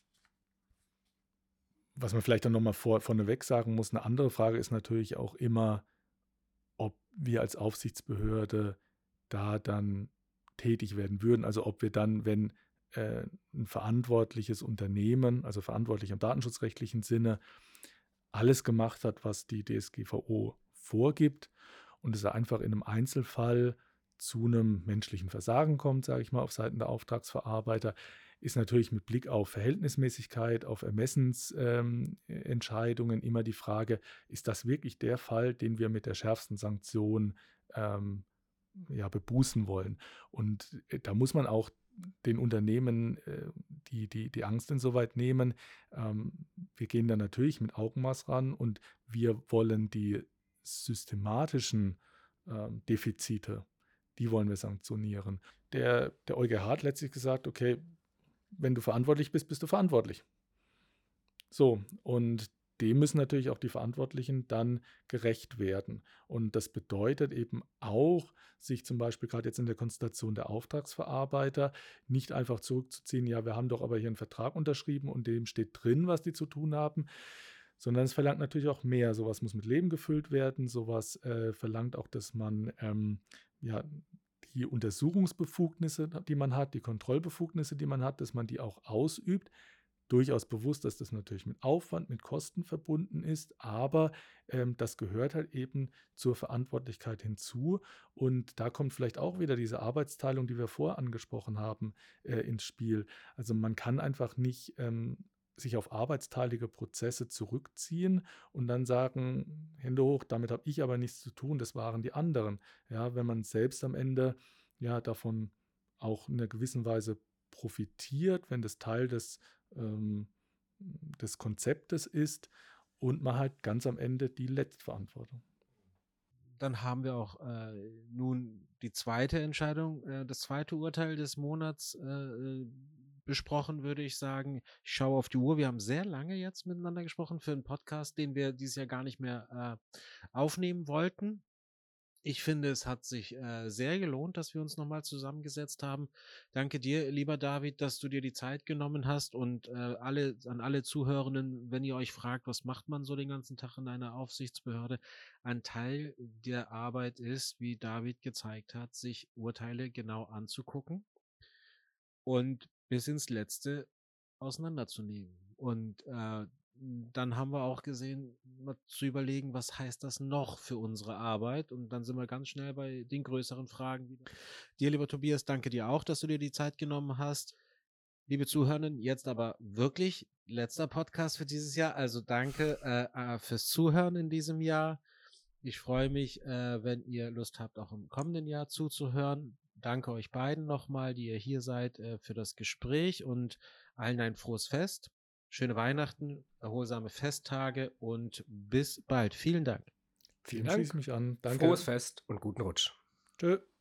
was man vielleicht dann nochmal vor, vorneweg sagen muss, eine andere Frage ist natürlich auch immer, ob wir als Aufsichtsbehörde da dann tätig werden würden. Also ob wir dann, wenn äh, ein verantwortliches Unternehmen, also verantwortlich im datenschutzrechtlichen Sinne, alles gemacht hat, was die D S G V O vorgibt und es einfach in einem Einzelfall zu einem menschlichen Versagen kommt, sage ich mal, auf Seiten der Auftragsverarbeiter, ist natürlich mit Blick auf Verhältnismäßigkeit, auf Ermessensentscheidungen ähm, immer die Frage, ist das wirklich der Fall, den wir mit der schärfsten Sanktion ähm, ja, bebußen wollen? Und äh, da muss man auch den Unternehmen äh, die, die, die Angst insoweit nehmen. Ähm, wir gehen da natürlich mit Augenmaß ran und wir wollen die systematischen ähm, Defizite, die wollen wir sanktionieren. Der, der EuGH hat letztlich gesagt, okay, wenn du verantwortlich bist, bist du verantwortlich. So, und dem müssen natürlich auch die Verantwortlichen dann gerecht werden. Und das bedeutet eben auch, sich zum Beispiel gerade jetzt in der Konstellation der Auftragsverarbeiter nicht einfach zurückzuziehen, ja, wir haben doch aber hier einen Vertrag unterschrieben und dem steht drin, was die zu tun haben, sondern es verlangt natürlich auch mehr. Sowas muss mit Leben gefüllt werden, sowas äh, verlangt auch, dass man ähm, ja, die Untersuchungsbefugnisse, die man hat, die Kontrollbefugnisse, die man hat, dass man die auch ausübt. Durchaus bewusst, dass das natürlich mit Aufwand, mit Kosten verbunden ist, aber ähm, das gehört halt eben zur Verantwortlichkeit hinzu. Und da kommt vielleicht auch wieder diese Arbeitsteilung, die wir vorher angesprochen haben, äh, ins Spiel. Also man kann einfach nicht ähm, sich auf arbeitsteilige Prozesse zurückziehen und dann sagen, Hände hoch, damit habe ich aber nichts zu tun, das waren die anderen. Ja, wenn man selbst am Ende ja davon auch in einer gewissen Weise profitiert, wenn das Teil des, ähm, des Konzeptes ist und man hat ganz am Ende die Letztverantwortung. Dann haben wir auch äh, nun die zweite Entscheidung, äh, das zweite Urteil des Monats äh, besprochen, würde ich sagen. Ich schaue auf die Uhr. Wir haben sehr lange jetzt miteinander gesprochen für einen Podcast, den wir dieses Jahr gar nicht mehr äh, aufnehmen wollten. Ich finde, es hat sich äh, sehr gelohnt, dass wir uns nochmal zusammengesetzt haben. Danke dir, lieber David, dass du dir die Zeit genommen hast und äh, alle, an alle Zuhörenden, wenn ihr euch fragt, was macht man so den ganzen Tag in einer Aufsichtsbehörde? Ein Teil der Arbeit ist, wie David gezeigt hat, sich Urteile genau anzugucken und bis ins Letzte auseinanderzunehmen. Und äh, dann haben wir auch gesehen, mal zu überlegen, was heißt das noch für unsere Arbeit? Und dann sind wir ganz schnell bei den größeren Fragen wieder. Dir, lieber Tobias, danke dir auch, dass du dir die Zeit genommen hast. Liebe Zuhörenden, jetzt aber wirklich letzter Podcast für dieses Jahr. Also danke äh, fürs Zuhören in diesem Jahr. Ich freue mich, äh, wenn ihr Lust habt, auch im kommenden Jahr zuzuhören. Danke euch beiden nochmal, die ihr hier seid, äh, für das Gespräch und allen ein frohes Fest. Schöne Weihnachten, erholsame Festtage und bis bald. Vielen Dank. Vielen Dem Dank. schließe ich mich an. Danke. Frohes Fest und guten Rutsch. Tschö.